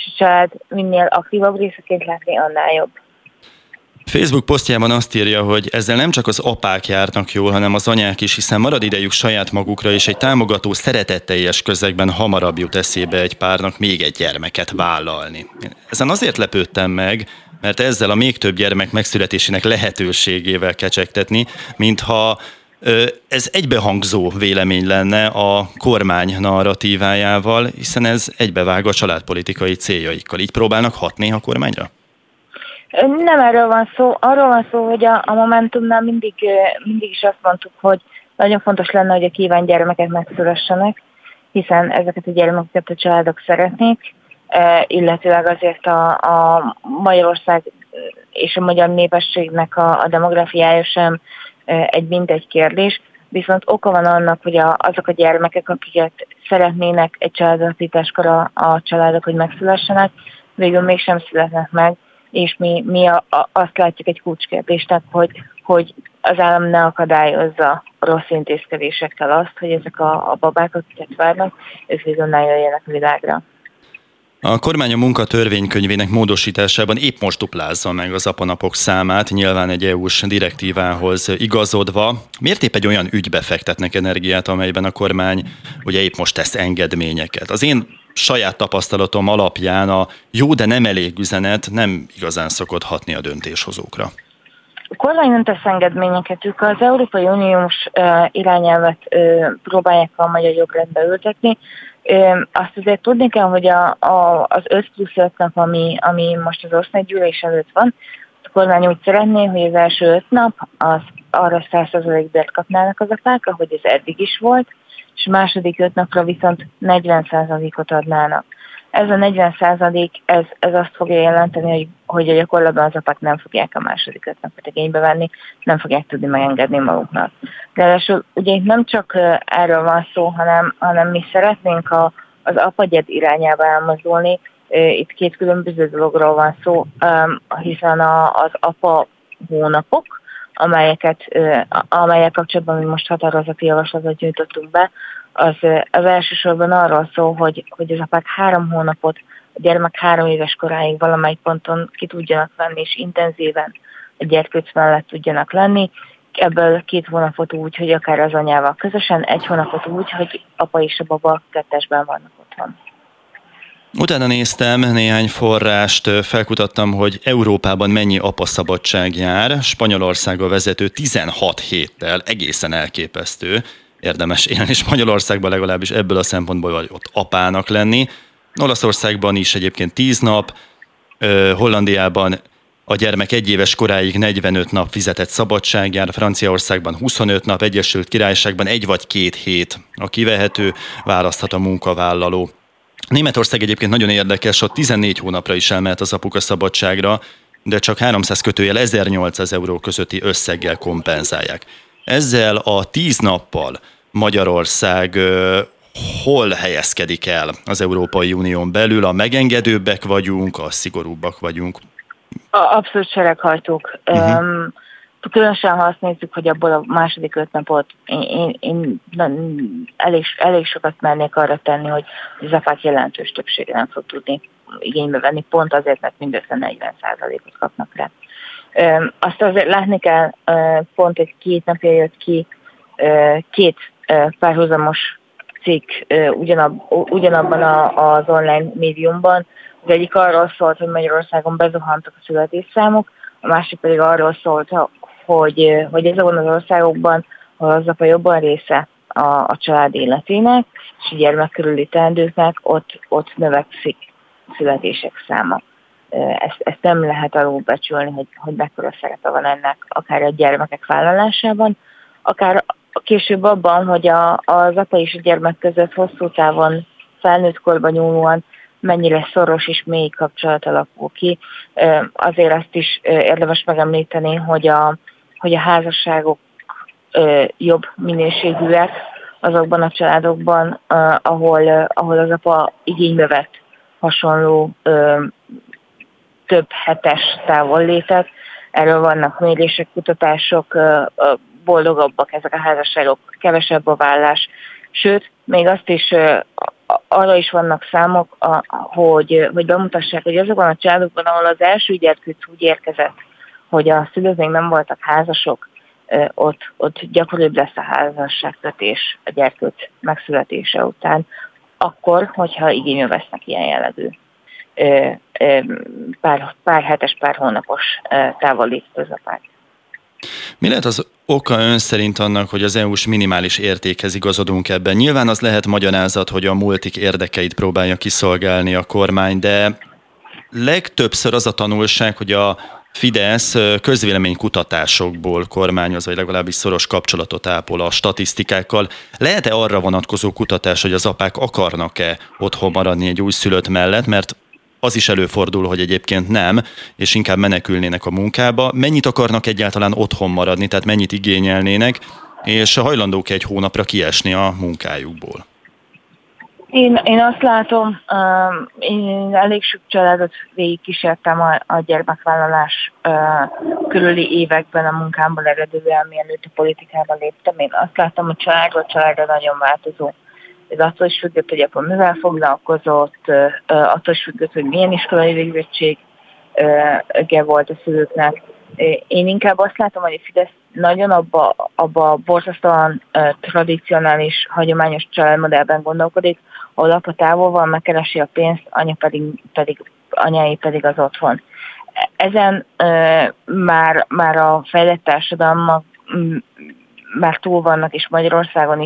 [SPEAKER 7] és a család minél aktívabb részeként látni, annál jobb.
[SPEAKER 2] Facebook posztjában azt írja, hogy ezzel nem csak az apák járnak jól, hanem az anyák is, hiszen marad idejük saját magukra, és egy támogató, szeretetteljes közegben hamarabb jut eszébe egy párnak még egy gyermeket vállalni. Ezen azért lepődtem meg, mert ezzel a még több gyermek megszületésének lehetőségével kecsegtetni, mintha ez egybehangzó vélemény lenne a kormány narratívájával, hiszen ez egybevág a családpolitikai céljaikkal. Így próbálnak hatni a kormányra?
[SPEAKER 7] Nem erről van szó. Arról van szó, hogy a Momentumnál mindig is azt mondtuk, hogy nagyon fontos lenne, hogy a kívánt gyermekek megszülessenek, hiszen ezeket a gyermekeket a családok szeretnék, illetőleg azért a Magyarország és a magyar népességnek a demográfiája sem egy mindegy kérdés, viszont oka van annak, hogy azok a gyermekek, akiket szeretnének egy családalapításkor a családok, hogy megszülessenek, végül mégsem születnek meg, és mi azt látjuk egy kulcskérdésnek, hogy az állam ne akadályozza rossz intézkedésekkel azt, hogy ezek a babák, akiket várnak, ők végül ne jöjjenek a világra.
[SPEAKER 2] A kormány a munkatörvénykönyvének módosításában épp most duplázza meg az apanapok számát, nyilván egy EU-s direktívához igazodva. Miért épp egy olyan ügybe fektetnek energiát, amelyben a kormány ugye épp most tesz engedményeket? Az én saját tapasztalatom alapján a jó, de nem elég üzenet nem igazán szokott hatni a döntéshozókra.
[SPEAKER 7] A kormány nem tesz engedményeket, ők az Európai Uniós irányelvet próbálják a magyar jogrendbe ültetni. Azt azért tudni kell, hogy az 5+5 nap, ami most az osztálygyűlés előtt van, a kormány úgy szeretné, hogy az első 5 nap az arra 100% bért kapnának az apák, ahogy ez eddig is volt, és a második 5 napra viszont 40%-ot adnának. Ez a 40% ez azt fogja jelenteni, hogy a gyakorlatban az apák nem fogják a második 5 napot igénybe venni, nem fogják tudni megengedni maguknak. Ráadásul ugye itt nem csak erről van szó, hanem mi szeretnénk az apagyed irányába elmozdulni. Itt két különböző dologról van szó, hiszen az apa hónapok, amelyek kapcsolatban mi most határozati javaslatot nyújtottunk be, az elsősorban arról szól, hogy az apák 3 hónapot, a gyermek 3 éves koráig valamely ponton ki tudjanak venni, és intenzíven a gyerkőc mellett tudjanak lenni. Ebből 2 hónapot úgy, hogy akár az anyával közösen, 1 hónapot úgy, hogy apa és a baba kettesben vannak otthon.
[SPEAKER 2] Utána néztem néhány forrást, felkutattam, hogy Európában mennyi apaszabadság jár. Spanyolországgal vezető 16 héttel, egészen elképesztő. Érdemes élni Spanyolországban legalábbis ebből a szempontból, vagy ott apának lenni. Olaszországban is egyébként 10 nap, Hollandiában a gyermek 1 éves koráig 45 nap fizetett szabadság jár, Franciaországban 25 nap, Egyesült Királyságban 1 vagy 2 hét a kivehető, választhat a munkavállaló. Németország egyébként nagyon érdekes, ott 14 hónapra is elmehet az apuka szabadságra, de csak 300-1800 euró közötti összeggel kompenzálják. Ezzel a 10 nappal Magyarország hol helyezkedik el az Európai Unión belül? A megengedőbbek vagyunk, a szigorúbbak vagyunk?
[SPEAKER 7] Abszolút sereghajtók. Különösen, ha azt nézzük, hogy abból a második 5 napot én elég sokat mernék arra tenni, hogy az apák jelentős többsége nem fog tudni igénybe venni, pont azért, mert mindössze 40%-ot kapnak rá. Azt azért látni kell, pont egy 2 napja jött ki 2 párhuzamos cikk ugyanabban az online médiumban. Az egyik arról szólt, hogy Magyarországon bezuhantak a születésszámok, a másik pedig arról szólt, hogy ezekben az országokban, ahol az apa jobban része a család életének, és a gyermek körüli teendőknek, ott növekszik a születések száma. Ezt nem lehet alulbecsülni, hogy mekkora szerepe van ennek, akár a gyermekek vállalásában, akár később abban, hogy az apa és a gyermek között hosszú távon, felnőtt korban nyúlóan mennyire szoros és mély kapcsolat alakul ki. Azért azt is érdemes megemlíteni, hogy a házasságok jobb minőségűek azokban a családokban, ahol az apa igénybe vett hasonló több hetes távollétet. Erről vannak mérések, kutatások, boldogabbak ezek a házasságok, kevesebb a vállás. Sőt, még arra is vannak számok, hogy bemutassák, hogy azokon a családokban, ahol az első gyerkőc úgy érkezett, hogy a szülők még nem voltak házasok, ott gyakoribb lesz a házasságkötés a gyerkőc megszületése után, akkor, hogyha igénybe vesznek ilyen jellegű pár hetes, pár hónapos távoli közapák.
[SPEAKER 2] Mi lehet az oka ön szerint annak, hogy az EU-s minimális értékhez igazodunk ebben? Nyilván az lehet magyarázat, hogy a multik érdekeit próbálja kiszolgálni a kormány, de legtöbbször az a tanulság, hogy a Fidesz közvéleménykutatásokból kormányoz, vagy legalábbis szoros kapcsolatot ápol a statisztikákkal. Lehet-e arra vonatkozó kutatás, hogy az apák akarnak-e otthon maradni egy újszülött mellett, mert az is előfordul, hogy egyébként nem, és inkább menekülnének a munkába. Mennyit akarnak egyáltalán otthon maradni, tehát mennyit igényelnének, és hajlandók egy hónapra kiesni a munkájukból?
[SPEAKER 7] Én azt látom, én elég sok családot végigkísértem a gyermekvállalás körüli években a munkámból eredően, mielőtt a politikába léptem. Én azt látom, hogy családra nagyon változó. Ez attól is függött, hogy apa mivel foglalkozott, attól is függött, hogy milyen iskolai végzettsége volt a szülőknek. Én inkább azt látom, hogy a Fidesz nagyon abba borzasztóan tradicionális, hagyományos családmodellben gondolkodik, ahol apa távol van, megkeresi a pénzt, anyái pedig az otthon. Ezen már a fejlett társadalmak már túl vannak, és Magyarországon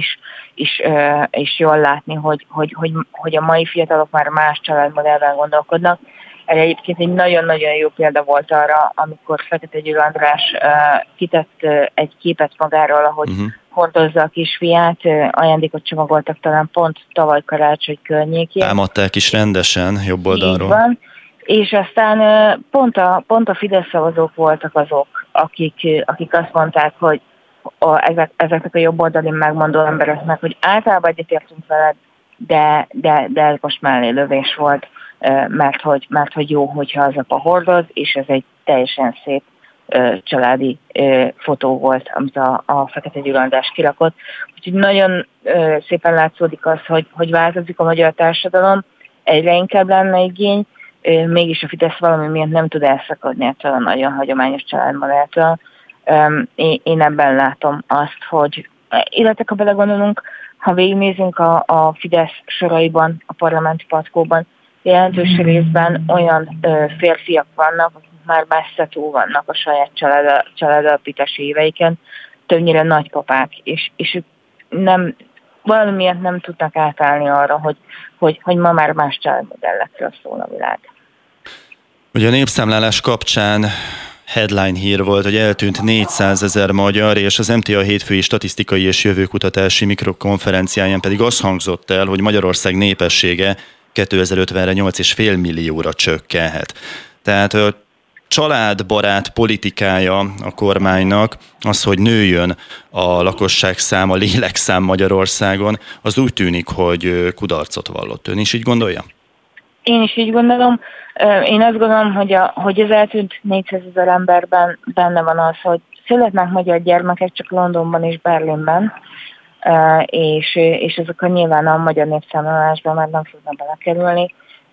[SPEAKER 7] is jól látni, hogy a mai fiatalok már más családmodellben gondolkodnak. Ez egyébként egy nagyon-nagyon jó példa volt arra, amikor Fekete Győr András kitett egy képet magáról, ahogy hordozza a kisfiát, ajándékot csomagoltak talán pont tavaly karácsony környékén. Támadták
[SPEAKER 2] is rendesen jobb oldalról.
[SPEAKER 7] Így van. És aztán pont a Fidesz szavazók voltak azok, akik azt mondták, hogy ezeknek a jobboldali megmondó embereknek, hogy általában egyetértünk veled, de ez most mellélövés volt, mert hogy jó, hogyha az apa hordoz, és ez egy teljesen szép családi fotó volt, amit a Fekete Győr András kirakott. Úgyhogy nagyon szépen látszódik az, hogy változik a magyar társadalom, egyre inkább lenne igény, mégis a Fidesz valami miatt nem tud elszakadni ettől a nagyon hagyományos családmodelltől. Én ebben látom azt, hogy, illetve ha belegondolunk, ha végignézünk a Fidesz soraiban, a parlamenti patkóban, jelentős részben olyan férfiak vannak, akik már messze túl vannak a saját családalapítási éveiken, többnyire nagypapák, és ők valami miatt nem tudnak átállni arra, hogy ma már más családmodellekről szól a világ.
[SPEAKER 2] Ugye a népszámlálás kapcsán headline hír volt, hogy eltűnt 400 000 magyar, és az MTA hétfői statisztikai és jövőkutatási mikrokonferenciáján pedig az hangzott el, hogy Magyarország népessége 2050-re 8,5 millióra csökkenhet. Tehát a családbarát politikája a kormánynak, az, hogy nőjön a lakosság száma, lélekszám Magyarországon, az úgy tűnik, hogy kudarcot vallott. Ön is így gondolja?
[SPEAKER 7] Én is így gondolom. Én azt gondolom, hogy az eltűnt 400 000 emberben benne van az, hogy születnek magyar gyermekek csak Londonban és Berlinben, és ezek nyilván a magyar népszámlálásban már nem fognak belekerülni,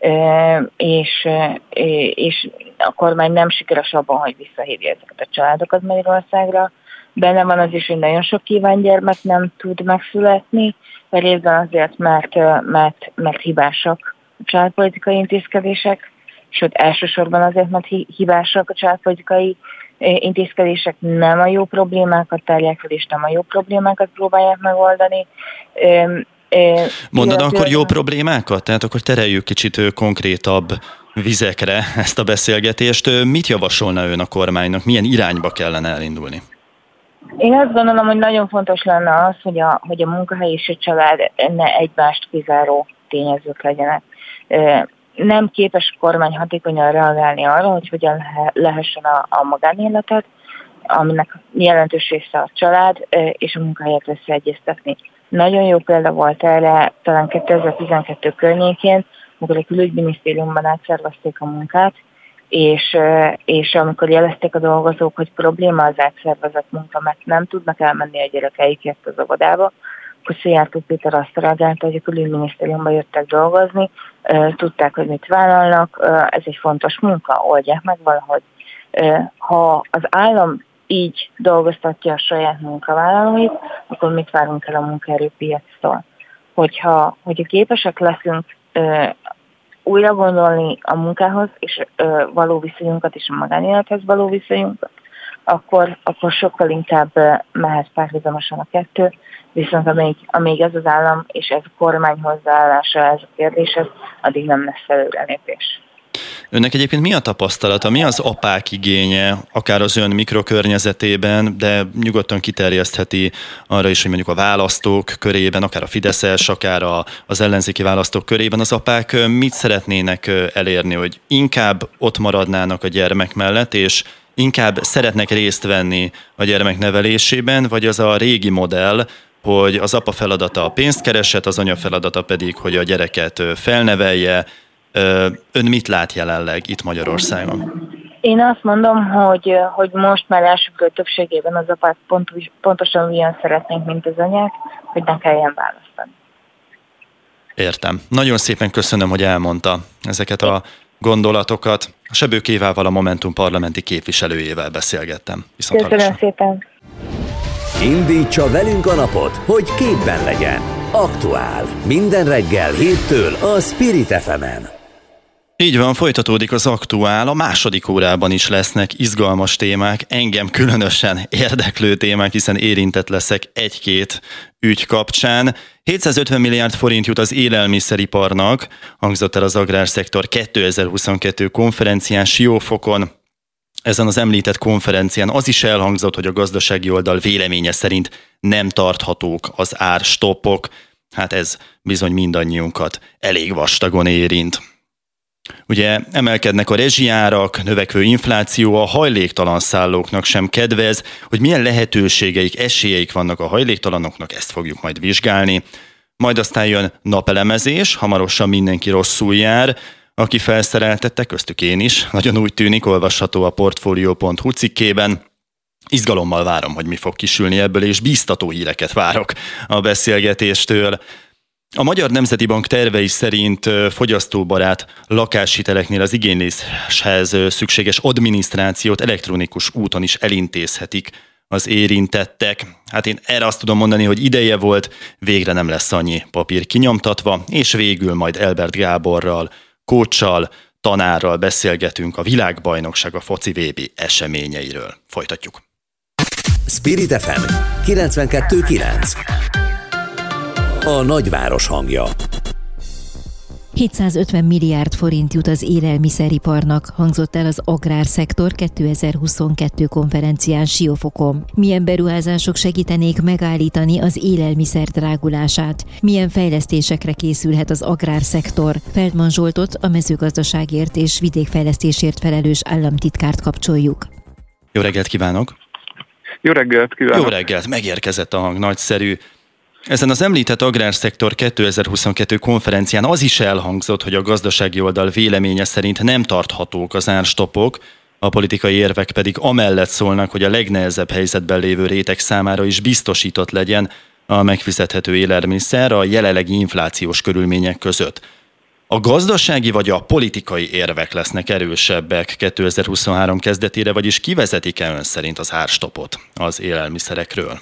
[SPEAKER 7] és a kormány nem sikeres abban, hogy visszahívja ezeket a családokat Magyarországra. Benne van az is, hogy nagyon sok kívángyermek nem tud megszületni, részben azért, mert hibásak a családpolitikai intézkedések, sőt elsősorban azért, mert hibásak a családpolitikai intézkedések, nem a jó problémákat tárják fel, és nem a jó problémákat próbálják megoldani.
[SPEAKER 2] Mondod akkor jó problémákat? Tehát akkor tereljük kicsit konkrétabb vizekre ezt a beszélgetést. Mit javasolna ön a kormánynak? Milyen irányba kellene elindulni?
[SPEAKER 7] Én azt gondolom, hogy nagyon fontos lenne az, hogy a munkahely és a család ne egymást kizáró tényezők legyenek. Nem képes a kormány hatékonyan reagálni arra, hogy hogyan lehessen a magánéletet, aminek jelentős része a család és a munkahelyet összeegyeztetni. Nagyon jó példa volt erre talán 2012 környékén, amikor a külügyminisztériumban átszervezték a munkát, és amikor jelezték a dolgozók, hogy probléma az átszervezett munka, mert nem tudnak elmenni a gyerekeikért az óvodába, akkor Szijjártó Péter azt reagálta, hogy a külügyminisztériumba jöttek dolgozni, tudták, hogy mit vállalnak, ez egy fontos munka, oldják meg valahogy. Ha az állam így dolgoztatja a saját munkavállalóit, akkor mit várunk el a munkaerőpiactól? Hogyha képesek leszünk újra gondolni a munkához és való viszonyunkat és a magánélethez való viszonyunkat, akkor sokkal inkább mehet párhuzamosan a kettő, viszont amíg ez az állam és ez a kormány hozzáállása ez a kérdéshez, addig nem lesz előrelépés.
[SPEAKER 2] Önnek egyébként mi a tapasztalata, mi az apák igénye, akár az ön mikrokörnyezetében, de nyugodtan kiterjesztheti arra is, hogy mondjuk a választók körében, akár a fideszes, akár az ellenzéki választók körében az apák mit szeretnének elérni, hogy inkább ott maradnának a gyermek mellett, és inkább szeretnek részt venni a gyermek nevelésében, vagy az a régi modell, hogy az apa feladata a pénzkereset, az anya feladata pedig, hogy a gyereket felnevelje. Ön mit lát jelenleg itt Magyarországon?
[SPEAKER 7] Én azt mondom, hogy most már elsőkör többségében az apák pontosan olyan szeretnénk, mint az anyák, hogy ne kelljen választani.
[SPEAKER 2] Értem. Nagyon szépen köszönöm, hogy elmondta ezeket a gondolatokat. Sebők Évával, a Momentum parlamenti képviselőjével beszélgettem.
[SPEAKER 7] Köszönöm szépen.
[SPEAKER 1] Indítsa velünk a napot, hogy képben legyen. Aktuál. Minden reggel 7-től a Spirit FM-en.
[SPEAKER 2] Így van, folytatódik az Aktuál, a második órában is lesznek izgalmas témák, engem különösen érdeklő témák, hiszen érintett leszek egy-két ügy kapcsán. 750 milliárd forint jut az élelmiszeriparnak, hangzott el az Agrárszektor 2022 konferencián Siófokon. Ezen az említett konferencián az is elhangzott, hogy a gazdasági oldal véleménye szerint nem tarthatók az árstoppok. Hát ez bizony mindannyiunkat elég vastagon érint. Ugye emelkednek a rezsiárak, növekvő infláció, a hajléktalan szállóknak sem kedvez, hogy milyen lehetőségeik, esélyeik vannak a hajléktalanoknak, ezt fogjuk majd vizsgálni. Majd aztán jön napelemezés, hamarosan mindenki rosszul jár, aki felszereltette, köztük én is, nagyon úgy tűnik, olvasható a Portfolio.hu cikkében. Izgalommal várom, hogy mi fog kisülni ebből, és bíztató híreket várok a beszélgetéstől. A Magyar Nemzeti Bank tervei szerint fogyasztóbarát lakáshiteleknél az igényléshez szükséges adminisztrációt elektronikus úton is elintézhetik az érintettek. Hát én erre azt tudom mondani, hogy ideje volt, végre nem lesz annyi papír kinyomtatva, és végül majd Elbert Gáborral, kóccsal, tanárral beszélgetünk a világbajnokság, a foci VB eseményeiről. Folytatjuk.
[SPEAKER 1] Spirit FM 92.9. A nagyváros hangja.
[SPEAKER 3] 750 milliárd forint jut az élelmiszeriparnak, hangzott el az Agrárszektor 2022 konferencián Siófokon. Milyen beruházások segítenék megállítani az élelmiszer drágulását? Milyen fejlesztésekre készülhet az agrárszektor? Feldman Zsoltot, a mezőgazdaságért és vidékfejlesztésért felelős államtitkárt kapcsoljuk.
[SPEAKER 2] Jó reggelt kívánok!
[SPEAKER 8] Jó reggelt kívánok!
[SPEAKER 2] Jó reggelt! Megérkezett a hang, nagyszerű. Ezen az említett Agrárszektor 2022 konferencián az is elhangzott, hogy a gazdasági oldal véleménye szerint nem tarthatók az árstoppok, a politikai érvek pedig amellett szólnak, hogy a legnehezebb helyzetben lévő réteg számára is biztosított legyen a megfizethető élelmiszer a jelenlegi inflációs körülmények között. A gazdasági vagy a politikai érvek lesznek erősebbek 2023 kezdetére, vagyis kivezetik-e ön szerint az árstoppot az élelmiszerekről?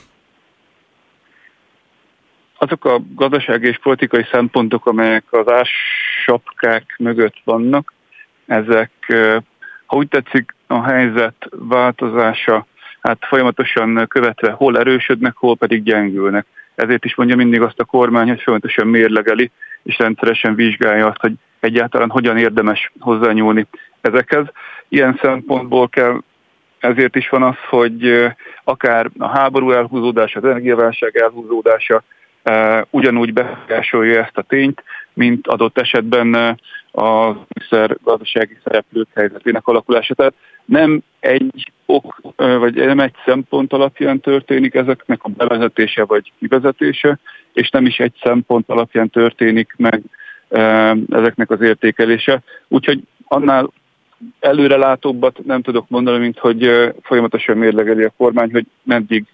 [SPEAKER 8] Azok a gazdasági és politikai szempontok, amelyek az ársapkák mögött vannak, ezek, ha úgy tetszik, a helyzet változása hát folyamatosan követve hol erősödnek, hol pedig gyengülnek. Ezért is mondja mindig azt a kormány, hogy folyamatosan mérlegeli, és rendszeresen vizsgálja azt, hogy egyáltalán hogyan érdemes hozzányúlni ezekhez. Ilyen szempontból ezért is van az, hogy akár a háború elhúzódása, az energiaválság elhúzódása ugyanúgy befolyásolja ezt a tényt, mint adott esetben a gazdasági szereplők helyzetének alakulása. Tehát nem egy ok, vagy nem egy szempont alapján történik ezeknek a bevezetése vagy kivezetése, és nem is egy szempont alapján történik meg ezeknek az értékelése. Úgyhogy annál előrelátóbbat nem tudok mondani, mint hogy folyamatosan mérlegeli a kormány, hogy meddig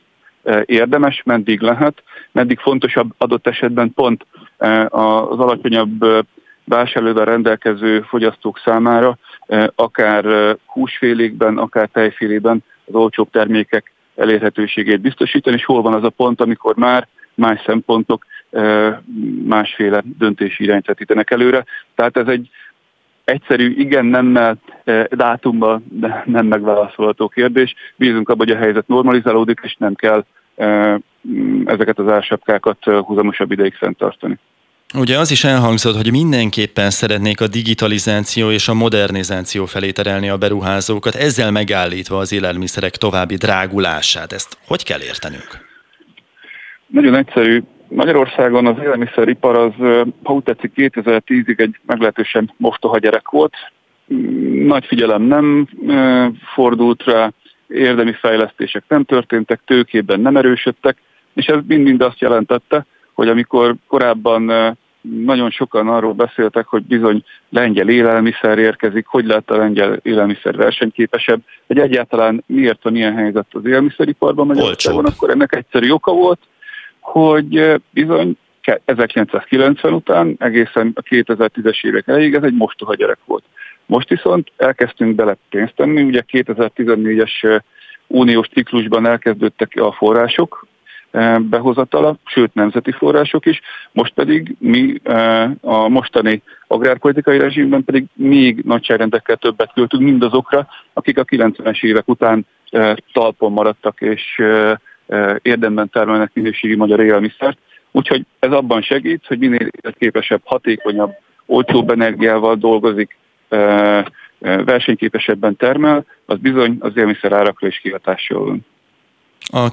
[SPEAKER 8] érdemes, meddig lehet, meddig fontosabb adott esetben pont az alacsonyabb vásárlóval rendelkező fogyasztók számára, akár húsfélékben, akár tejfélében az olcsóbb termékek elérhetőségét biztosítani, és hol van az a pont, amikor már más szempontok másféle döntési irányt vetítenek előre. Tehát ez egy egyszerű igen-nemmel, dátummal nem megválaszolható kérdés. Bízunk abban, hogy a helyzet normalizálódik, és nem kell ezeket az ársapkákat húzamosabb ideig fenntartani.
[SPEAKER 2] Ugye az is elhangzott, hogy mindenképpen szeretnék a digitalizáció és a modernizáció felé terelni a beruházókat, ezzel megállítva az élelmiszerek további drágulását. Ezt hogy kell értenünk? Nagyon
[SPEAKER 8] egyszerű. Magyarországon az élelmiszeripar az, ha úgy tetszik, 2010-ig egy meglehetősen mostoha gyerek volt. Nagy figyelem nem fordult rá, érdemi fejlesztések nem történtek, tőkében nem erősödtek, és ez mind azt jelentette, hogy amikor korábban nagyon sokan arról beszéltek, hogy bizony lengyel élelmiszer érkezik, hogy lehet a lengyel élelmiszer versenyképesebb, hogy egyáltalán miért van ilyen helyzet az élelmiszeriparban Magyarországon, akkor ennek egyszerű oka volt, hogy bizony 1990 után egészen a 2010-es évek elejéig ez egy mostoha gyerek volt. Most viszont elkezdtünk bele pénzt tenni, ugye 2014-es uniós ciklusban elkezdődtek a források behozatala, sőt nemzeti források is, most pedig mi a mostani agrárpolitikai rezsimben pedig még nagyságrendekkel többet költünk mindazokra, akik a 90-es évek után talpon maradtak és érdemben termelnek minőségi magyar élelmiszert. Úgyhogy ez abban segít, hogy minél képesebb, hatékonyabb, olcsóbb energiával dolgozik, versenyképesebben termel, az bizony az élelmiszer árakra is kihatással van.
[SPEAKER 2] A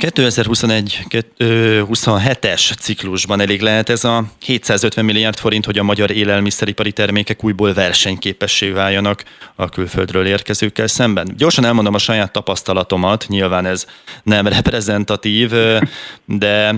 [SPEAKER 2] 2021-27-es ciklusban elég lehet ez a 750 milliárd forint, hogy a magyar élelmiszeripari termékek újból versenyképessé váljanak a külföldről érkezőkkel szemben. Gyorsan elmondom a saját tapasztalatomat, nyilván ez nem reprezentatív, de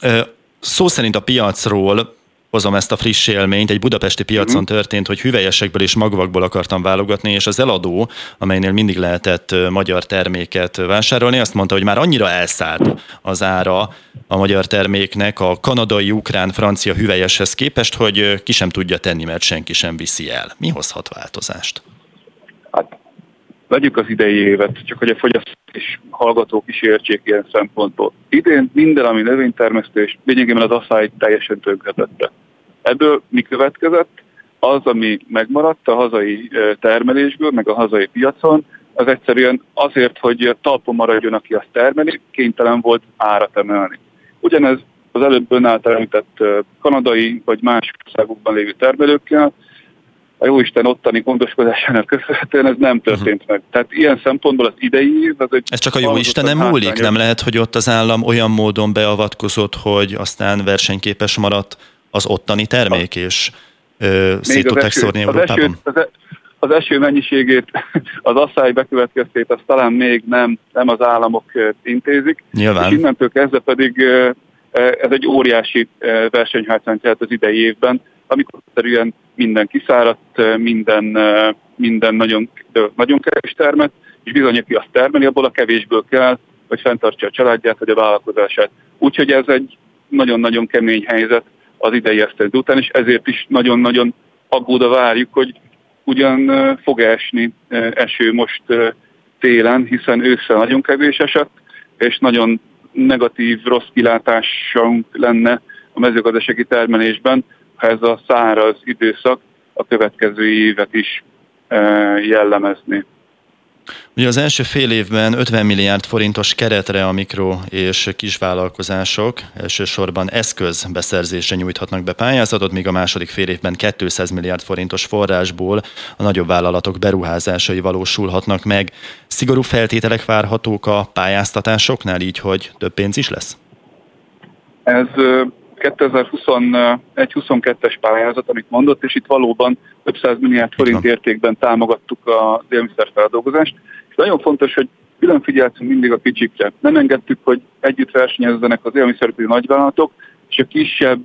[SPEAKER 2] szó szerint a piacról hozom ezt a friss élményt, egy budapesti piacon történt, hogy hüvelyesekből és magvakból akartam válogatni, és az eladó, amelynél mindig lehetett magyar terméket vásárolni, azt mondta, hogy már annyira elszállt az ára a magyar terméknek a kanadai, ukrán, francia hüvelyeshez képest, hogy ki sem tudja tenni, mert senki sem viszi el. Mi hozhat változást?
[SPEAKER 8] Hát, vegyük az idei évet, csak hogy a fogyasztók és hallgatók is értsék ilyen szempontból. Idén minden, ami növénytermesztés, lényegében az asszály teljesen tönkretette. Ebből mi következett? Az, ami megmaradt a hazai termelésből, meg a hazai piacon, az egyszerűen azért, hogy talpon maradjon, aki azt termeli, kénytelen volt árat emelni. Ugyanez az előbb ön által említett kanadai vagy más országokban lévő termelőkkel, a jóisten ottani gondoskodásának köszönhetően ez nem történt meg. Tehát ilyen szempontból az idei év...
[SPEAKER 2] Ez csak a jóisten nem múlik? Nem lehet, hogy ott az állam olyan módon beavatkozott, hogy aztán versenyképes maradt az ottani termék, és szét tudták szórni Európában?
[SPEAKER 8] Az eső mennyiségét, az asszály bekövetkeztét, azt talán még nem az államok intézik.
[SPEAKER 2] Nyilván. És
[SPEAKER 8] innentől kezdve pedig ez egy óriási versenyhátrányt jelent az idei évben, amikor egyszerűen minden kiszáradt, minden nagyon kevés termet, és bizony, aki azt termeli, abból a kevésből kell, hogy fenntartsa a családját, vagy a vállalkozását. Úgyhogy ez egy nagyon-nagyon kemény helyzet az idei esztendő után, és ezért is nagyon-nagyon aggódva várjuk, hogy ugyan fog esni eső most télen, hiszen ősszel nagyon kevés esett, és nagyon negatív, rossz kilátásunk lenne a mezőgazdasági termelésben, ha ez a száraz időszak a következő évet is jellemezni.
[SPEAKER 2] Ugye az első fél évben 50 milliárd forintos keretre a mikro- és kisvállalkozások elsősorban eszközbeszerzésre nyújthatnak be pályázatot, míg a második fél évben 200 milliárd forintos forrásból a nagyobb vállalatok beruházásai valósulhatnak meg. Szigorú feltételek várhatók a pályáztatásoknál, így hogy több pénz is lesz?
[SPEAKER 8] Ez 2021-22-es pályázat, amit mondott, és itt valóban több 100 milliárd forint értékben támogattuk az élelmiszerfeldolgozást. És nagyon fontos, hogy külön figyeltünk mindig a kicsikre. Nem engedtük, hogy együtt versenyezzenek az élelmiszeripari nagyvállalatok, és a kisebb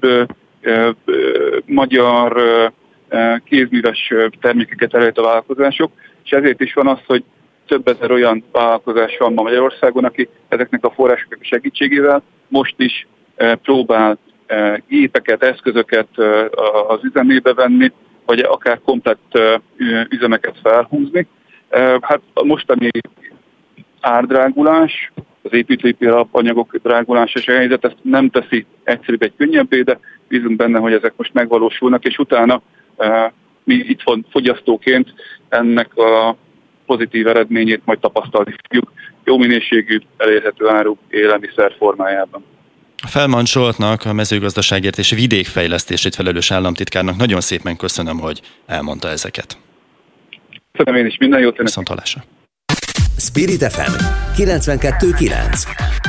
[SPEAKER 8] magyar kézműves termékeket előtt a vállalkozások, és ezért is van az, hogy több ezer olyan vállalkozás van ma Magyarországon, aki ezeknek a források segítségével most is próbál gépeket, eszközöket az üzemébe venni, vagy akár komplett üzemeket felhúzni. Hát a mostani árdrágulás, az építőipari alapanyagok drágulása helyzet ezt nem teszi egyszerűbb egy könnyebbé, de bízunk benne, hogy ezek most megvalósulnak, és utána mi itt fogyasztóként ennek a pozitív eredményét majd tapasztalni fogjuk jó minőségű, elérhető áru élelmiszer formájában.
[SPEAKER 2] Felman Zsoltnak, a mezőgazdaságért és vidékfejlesztését felelős államtitkárnak nagyon szépen köszönöm, hogy elmondta ezeket.
[SPEAKER 8] Köszönöm én is, minden jót.
[SPEAKER 2] Viszont hallásra.
[SPEAKER 1] Spirit FM 92.9.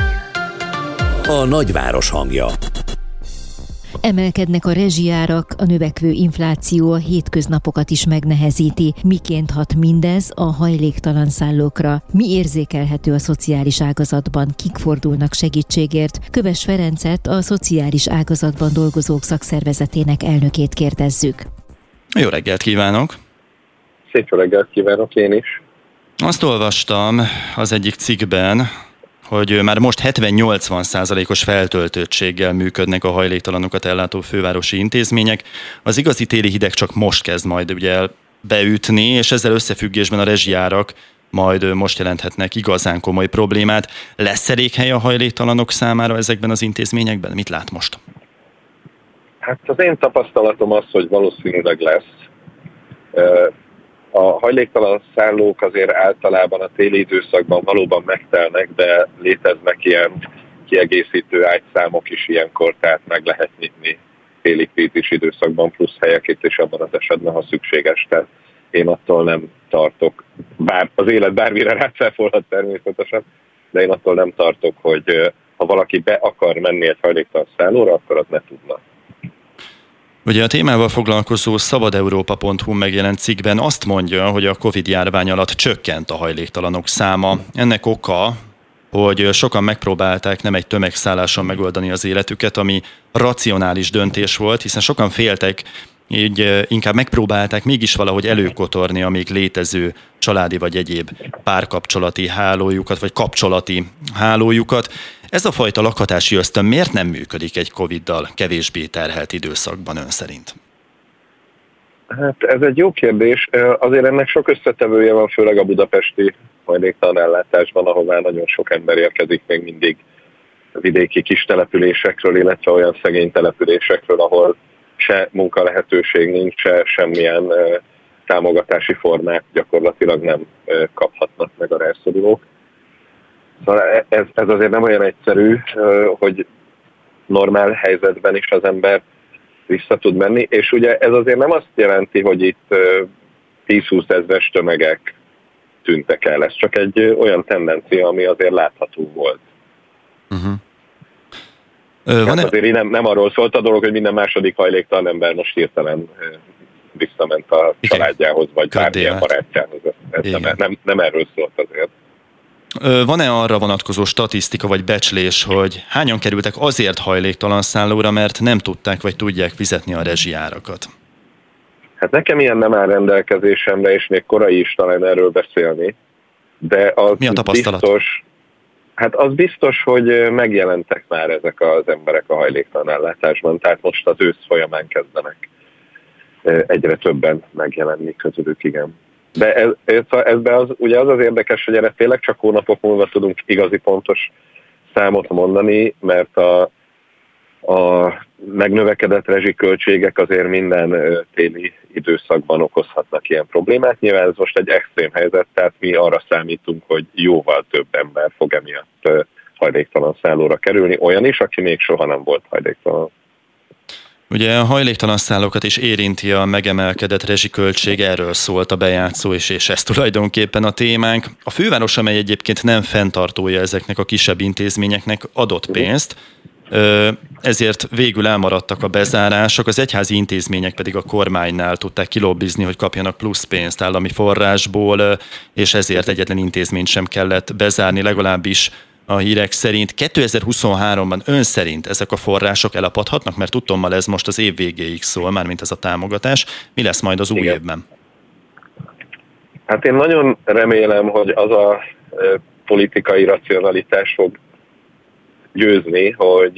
[SPEAKER 1] A nagyváros hangja.
[SPEAKER 3] Emelkednek a rezsijárak, a növekvő infláció a hétköznapokat is megnehezíti. Miként hat mindez a hajléktalan szállókra? Mi érzékelhető a szociális ágazatban? Kik fordulnak segítségért? Köves Ferencet, a szociális ágazatban dolgozók szakszervezetének elnökét kérdezzük.
[SPEAKER 2] Jó reggelt kívánok!
[SPEAKER 9] Szép jó reggelt kívánok én is!
[SPEAKER 2] Azt olvastam az egyik cikkben, hogy már most 70-80%-os feltöltöttséggel működnek a hajléktalanokat ellátó fővárosi intézmények. Az igazi téli hideg csak most kezd majd ugye beütni, és ezzel összefüggésben a rezsijárak majd most jelenthetnek igazán komoly problémát. Lesz elég hely a hajléktalanok számára ezekben az intézményekben? Mit lát most?
[SPEAKER 9] Hát az én tapasztalatom az, hogy valószínűleg lesz. A hajléktalan szállók azért általában a téli időszakban valóban megtelnek, de léteznek ilyen kiegészítő ágyszámok is ilyenkor, tehát meg lehet nyitni téli krízis időszakban plusz helyeket, és abban az esetben, ha szükséges. Tehát én attól nem tartok, bár az élet bármire rácáfolhat természetesen, de én attól nem tartok, hogy ha valaki be akar menni egy hajléktalan szállóra, akkor az ne tudna.
[SPEAKER 2] Ugye a témával foglalkozó szabadeurópa.hu megjelent cikkben azt mondja, hogy a Covid-járvány alatt csökkent a hajléktalanok száma. Ennek oka, hogy sokan megpróbálták nem egy tömegszálláson megoldani az életüket, ami racionális döntés volt, hiszen sokan féltek, így inkább megpróbálták mégis valahogy előkotorni a még létező családi vagy egyéb párkapcsolati hálójukat, vagy kapcsolati hálójukat. Ez a fajta lakhatási ösztön miért nem működik egy Covid-dal kevésbé terhelt időszakban ön szerint?
[SPEAKER 9] Hát ez egy jó kérdés. Azért ennek sok összetevője van, főleg a budapesti hajléktalan ellátásban, ahová nagyon sok ember érkezik még mindig vidéki kis településekről, illetve olyan szegény településekről, ahol se munkalehetőség nincs, se semmilyen támogatási formát gyakorlatilag nem kaphatnak meg a rászorulók. Szóval ez azért nem olyan egyszerű, hogy normál helyzetben is az ember vissza tud menni, és ugye ez azért nem azt jelenti, hogy itt 10-20 ezres tömegek tűntek el. Ez csak egy olyan tendencia, ami azért látható volt. Azért nem arról szólt a dolog, hogy minden második hajléktalan ember most hirtelen visszament a családjához, vagy bármilyen barátjához. Nem erről szólt azért.
[SPEAKER 2] Van-e arra vonatkozó statisztika vagy becslés, hogy hányan kerültek azért hajléktalan szállóra, mert nem tudták vagy tudják fizetni a rezsijárakat?
[SPEAKER 9] Hát nekem ilyen nem áll rendelkezésemre, és még korai is talán erről beszélni. De az
[SPEAKER 2] mi a tapasztalat?
[SPEAKER 9] Az biztos, hogy megjelentek már ezek az emberek a hajléktalan ellátásban, tehát most az ősz folyamán kezdenek egyre többen megjelenni közülük, igen. De ebben ugye az érdekes, hogy erre tényleg csak hónapok múlva tudunk igazi pontos számot mondani, mert a megnövekedett rezsiköltségek azért minden téli időszakban okozhatnak ilyen problémát. Nyilván ez most egy extrém helyzet, tehát mi arra számítunk, hogy jóval több ember fog emiatt hajléktalan szállóra kerülni, olyan is, aki még soha nem volt hajléktalan.
[SPEAKER 2] Ugye a hajléktalan szállókat is érinti a megemelkedett rezsiköltség, erről szólt a bejátszó is, és ez tulajdonképpen a témánk. A főváros, amely egyébként nem fenntartója ezeknek a kisebb intézményeknek, adott pénzt, ezért végül elmaradtak a bezárások, az egyházi intézmények pedig a kormánynál tudták kilobbizni, hogy kapjanak plusz pénzt állami forrásból, és ezért egyetlen intézményt sem kellett bezárni, legalábbis a hírek szerint. 2023-ban ön szerint ezek a források elapadhatnak, mert tudtommal ez most az év végéig szól, mármint ez a támogatás. Mi lesz majd az új évben?
[SPEAKER 9] Hát én nagyon remélem, hogy az a politikai racionalitás fog győzni,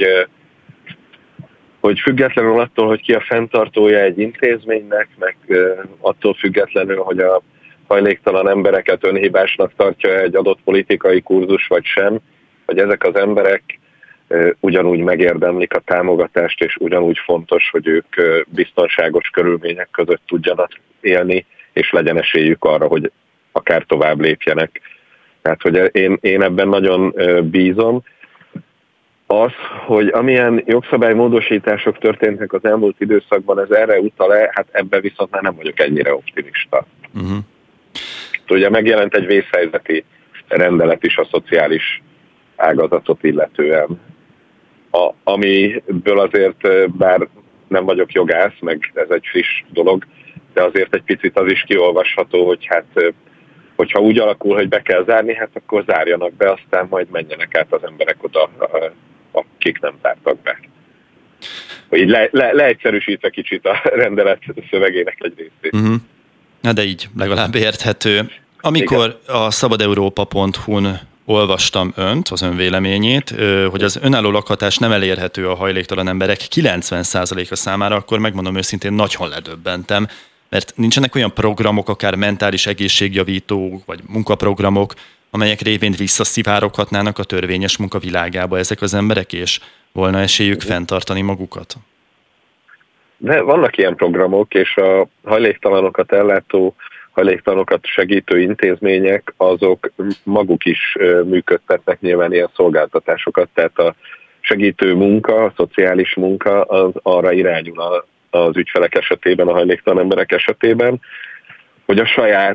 [SPEAKER 9] hogy függetlenül attól, hogy ki a fenntartója egy intézménynek, meg attól függetlenül, hogy a hajléktalan embereket önhibásnak tartja egy adott politikai kurzus vagy sem, hogy ezek az emberek ugyanúgy megérdemlik a támogatást, és ugyanúgy fontos, hogy ők biztonságos körülmények között tudjanak élni, és legyen esélyük arra, hogy akár tovább lépjenek. Tehát, hogy én ebben nagyon bízom. Az, hogy amilyen jogszabálymódosítások történtek az elmúlt időszakban, ez erre utal-e, hát ebben viszont már nem vagyok ennyire optimista. Uh-huh. Ugye megjelent egy vészhelyzeti rendelet is a szociális ágazatot illetően, amiből azért, bár nem vagyok jogász, meg ez egy friss dolog, de azért egy picit az is kiolvasható, hogy hát, hogyha úgy alakul, hogy be kell zárni, hát akkor zárjanak be, aztán majd menjenek át az emberek oda, akik nem zártak be. Így leegyszerűsítve kicsit a rendelet szövegének egy részét. Uh-huh.
[SPEAKER 2] Na de így legalább érthető. Amikor a szabadeurópa.hu-n olvastam az ön véleményét, hogy az önálló lakhatás nem elérhető a hajléktalan emberek 90%-a számára, akkor megmondom őszintén, nagyon ledöbbentem, mert nincsenek olyan programok, akár mentális egészségjavító, vagy munkaprogramok, amelyek révén visszaszivároghatnának a törvényes munkavilágába ezek az emberek, és volna esélyük fenntartani magukat?
[SPEAKER 9] De vannak ilyen programok, és a hajléktalanokat ellátó, hajléktalanokat segítő intézmények, azok maguk is működtetnek nyilván ilyen szolgáltatásokat, tehát a segítő munka, a szociális munka az arra irányul az ügyfelek esetében, a hajléktalan emberek esetében, hogy a saját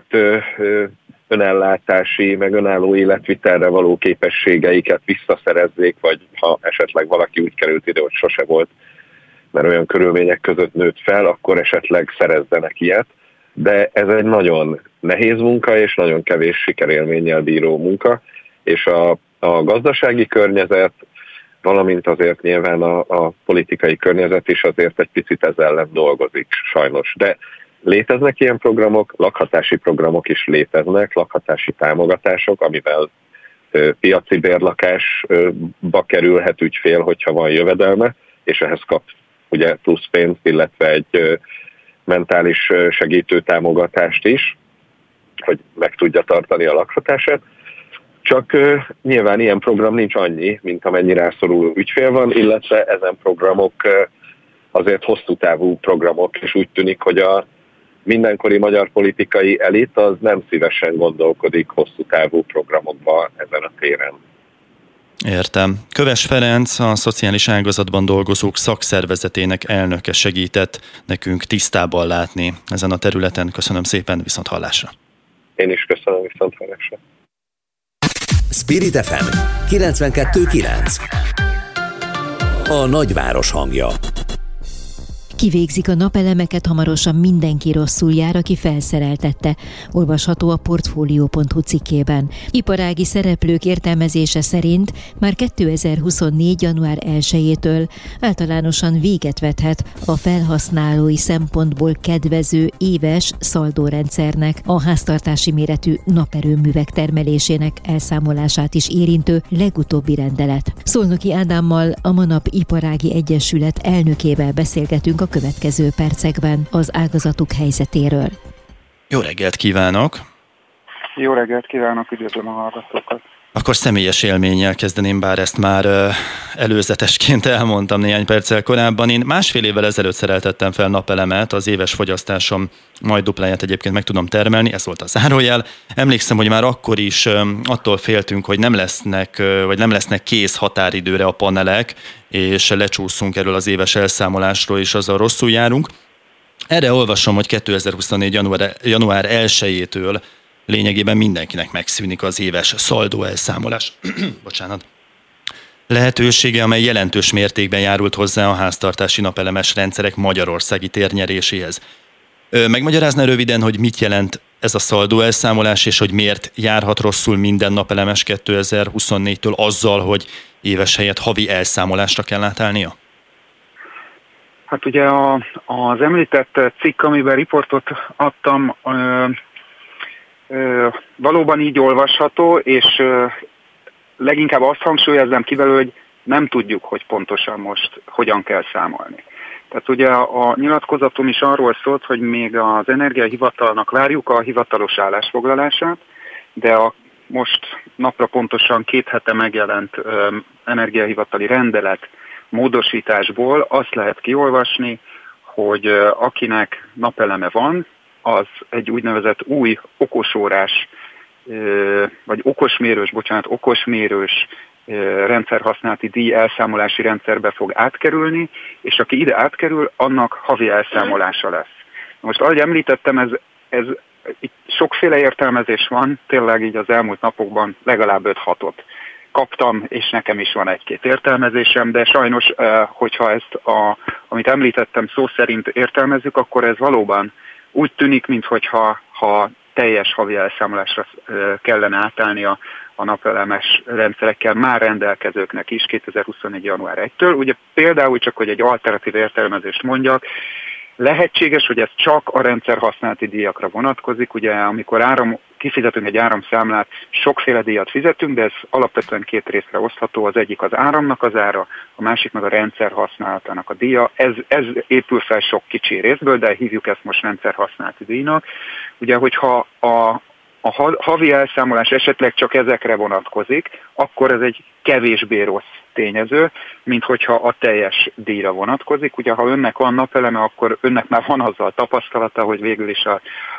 [SPEAKER 9] önellátási, meg önálló életvitelre való képességeiket visszaszerezzék, vagy ha esetleg valaki úgy került ide, hogy sose volt, mert olyan körülmények között nőtt fel, akkor esetleg szerezzenek ilyet. De ez egy nagyon nehéz munka, és nagyon kevés sikerélménnyel bíró munka, és a gazdasági környezet, valamint azért nyilván a politikai környezet is azért egy picit ezzel ellen dolgozik, sajnos. De léteznek ilyen programok, lakhatási programok is léteznek, lakhatási támogatások, amivel piaci bérlakásba kerülhet ügyfél, hogyha van jövedelme, és ehhez kap ugye plusz pénzt, illetve egy mentális segítő támogatást is, hogy meg tudja tartani a lakhatását. Csak nyilván ilyen program nincs annyi, mint amennyi rászoruló ügyfél van, illetve ezen programok azért hosszú távú programok, és úgy tűnik, hogy a mindenkori magyar politikai elit az nem szívesen gondolkodik hosszú távú programokban ezen a téren.
[SPEAKER 2] Értem. Köves Ferenc, a szociális ágazatban dolgozók szakszervezetének elnöke segített nekünk tisztában látni ezen a területen. Köszönöm szépen, viszont hallásra.
[SPEAKER 9] Én is köszönöm, viszont hallásra.
[SPEAKER 1] Spirit FM 92.9. A nagyváros hangja.
[SPEAKER 3] Kivégzik a napelemeket, hamarosan mindenki rosszul jár, aki felszereltette. Olvasható a Portfolio.hu cikkében. Iparági szereplők értelmezése szerint már 2024. január 1-től általánosan véget vethet a felhasználói szempontból kedvező éves szaldórendszernek, a háztartási méretű naperőművek termelésének elszámolását is érintő legutóbbi rendelet. Szolnoki Ádámmal, a Manap Iparági Egyesület elnökével beszélgetünk a következő percekben az ágazatuk helyzetéről.
[SPEAKER 2] Jó reggelt kívánok!
[SPEAKER 10] Jó reggelt kívánok, üdvözlöm a hallgatókat!
[SPEAKER 2] Akkor személyes élménnyel kezdeném, bár ezt már előzetesként elmondtam néhány perccel korábban. Én másfél évvel ezelőtt szereltettem fel napelemet, az éves fogyasztásom majd dupláját egyébként meg tudom termelni, ez volt a zárójel. Emlékszem, hogy már akkor is attól féltünk, hogy nem lesznek kész határidőre a panelek, és lecsúszunk erről az éves elszámolásról, és azzal rosszul járunk. Erre olvasom, hogy 2024. január 1-től lényegében mindenkinek megszűnik az éves szaldó elszámolás. Bocsánat. Lehetősége, amely jelentős mértékben járult hozzá a háztartási napelemes rendszerek magyarországi térnyeréséhez. Megmagyarázná röviden, hogy mit jelent ez a szaldó elszámolás, és hogy miért járhat rosszul minden napelemes 2024-től azzal, hogy éves helyett havi elszámolásra kell átállnia?
[SPEAKER 10] Hát ugye az említett cikk, amiben riportot adtam, Valóban így olvasható, és leginkább azt hangsúlyoznám ki belőle, hogy nem tudjuk, hogy pontosan most hogyan kell számolni. Tehát ugye a nyilatkozatom is arról szólt, hogy még az Energiahivatalnak várjuk a hivatalos állásfoglalását, de a most napra pontosan 2 hete megjelent energiahivatali rendelet módosításból azt lehet kiolvasni, hogy akinek napeleme van, az egy úgynevezett új okosórás, vagy okosmérős rendszerhasználati díj elszámolási rendszerbe fog átkerülni, és aki ide átkerül, annak havi elszámolása lesz. Most, ahogy említettem, ez itt sokféle értelmezés van, tényleg így az elmúlt napokban legalább 5-6-ot kaptam, és nekem is van 1-2 értelmezésem, de sajnos, hogyha ezt, amit említettem, szó szerint értelmezzük, akkor ez valóban úgy tűnik, mintha teljes havi elszámolásra kellene átállni a napelemes rendszerekkel már rendelkezőknek is 2024. január 1-től. Ugye például csak, hogy egy alternatív értelmezést mondjak, lehetséges, hogy ez csak a rendszerhasználati díjakra vonatkozik. Ugye amikor kifizetünk egy áramszámlát, sokféle díjat fizetünk, de ez alapvetően 2 részre osztható. Az egyik az áramnak az ára, a másik meg a rendszer használatának a díja. Ez épül fel sok kicsi részből, de hívjuk ezt most rendszerhasználati díjnak. Ugye, hogyha a havi elszámolás esetleg csak ezekre vonatkozik, akkor ez egy kevésbé rossz tényező, mint hogyha a teljes díjra vonatkozik. Ugye, ha önnek van napeleme, akkor önnek már van azzal tapasztalata, hogy végül is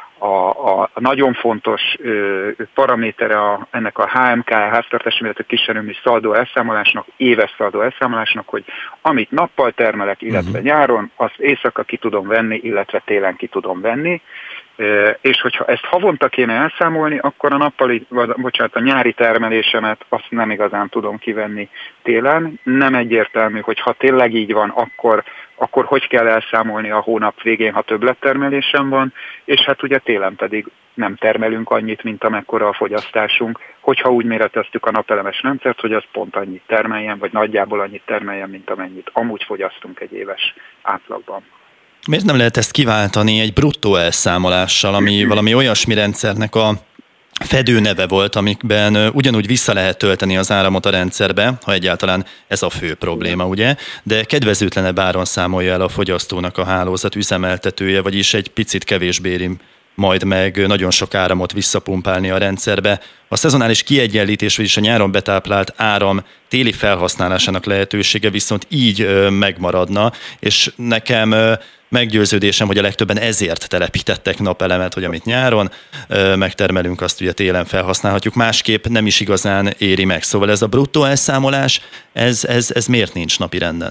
[SPEAKER 10] a nagyon fontos paramétere ennek a HMK, háztartási méretű kiserőmű szaldó elszámolásnak, éves szaldó elszámolásnak, hogy amit nappal termelek, illetve nyáron, azt éjszaka ki tudom venni, illetve télen ki tudom venni. És hogyha ezt havonta kéne elszámolni, akkor a nyári termelésemet azt nem igazán tudom kivenni télen. Nem egyértelmű, hogy ha tényleg így van, akkor hogy kell elszámolni a hónap végén, ha többlettermelésem van, és hát ugye télen pedig nem termelünk annyit, mint amekkora a fogyasztásunk, hogyha úgy méreteztük a napelemes rendszert, hogy az pont annyit termeljen, vagy nagyjából annyit termeljen, mint amennyit amúgy fogyasztunk egy éves átlagban.
[SPEAKER 2] Miért nem lehet ezt kiváltani egy bruttó elszámolással, ami valami olyasmi rendszernek a fedőneve volt, amikben ugyanúgy vissza lehet tölteni az áramot a rendszerbe, ha egyáltalán ez a fő probléma, ugye? De kedvezőtlenebb áron számolja el a fogyasztónak a hálózat üzemeltetője, vagyis egy picit kevésbé éri majd meg nagyon sok áramot visszapumpálni a rendszerbe. A szezonális kiegyenlítés, vagyis a nyáron betáplált áram téli felhasználásának lehetősége viszont így megmaradna, és nekem meggyőződésem, hogy a legtöbben ezért telepítettek napelemet, hogy amit nyáron megtermelünk, azt ugye télen felhasználhatjuk, másképp nem is igazán éri meg. Szóval ez a bruttó elszámolás, ez miért nincs napirenden?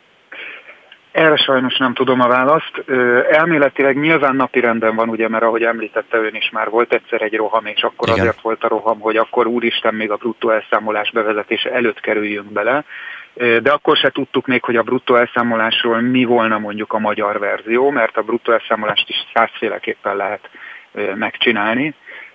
[SPEAKER 10] Erre sajnos nem tudom a választ. Elméletileg nyilván napirenden van, ugye, mert ahogy említette ön is, már volt egyszer egy roham, és akkor igen. Azért volt a roham, hogy akkor úristen még a bruttó elszámolás bevezetése előtt kerüljünk bele. De akkor se tudtuk még, hogy a bruttó elszámolásról mi volna mondjuk a magyar verzió, mert a bruttó elszámolást is 100-féleképpen lehet megcsinálni.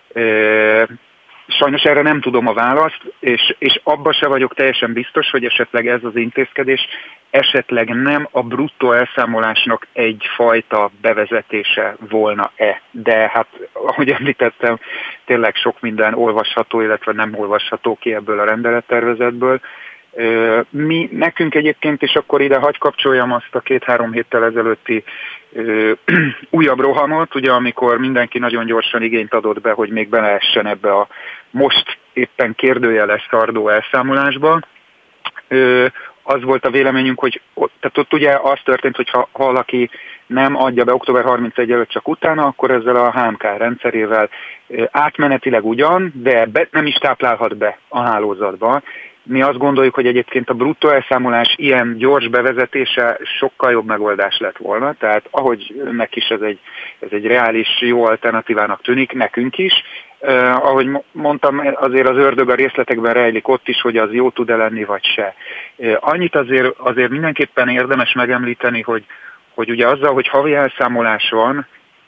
[SPEAKER 10] Sajnos erre nem tudom a választ, és abban se vagyok teljesen biztos, hogy esetleg ez az intézkedés esetleg nem a bruttó elszámolásnak egyfajta bevezetése volna-e. De hát, ahogy említettem, tényleg sok minden olvasható, illetve nem olvasható ki ebből a rendelettervezetből. Nekünk egyébként, és akkor ide hadd kapcsoljam azt a 2-3 héttel ezelőtti újabb rohamot, ugye amikor mindenki nagyon gyorsan igényt adott be, hogy még beleessen ebbe a most éppen kérdőjeles szardó elszámolásba. Az volt a véleményünk, hogy tehát ott ugye az történt, hogy ha valaki nem adja be október 31 előtt csak utána, akkor ezzel a HMK rendszerével átmenetileg ugyan, de nem is táplálhat be a hálózatba. Mi azt gondoljuk, hogy egyébként a bruttó elszámolás ilyen gyors bevezetése sokkal jobb megoldás lett volna, tehát ahogy önnek is ez egy reális, jó alternatívának tűnik, nekünk is. Ahogy mondtam, azért az ördög a részletekben rejlik ott is, hogy az jó tud-e lenni, vagy se. Annyit azért mindenképpen érdemes megemlíteni, hogy ugye azzal, hogy havi elszámolás van,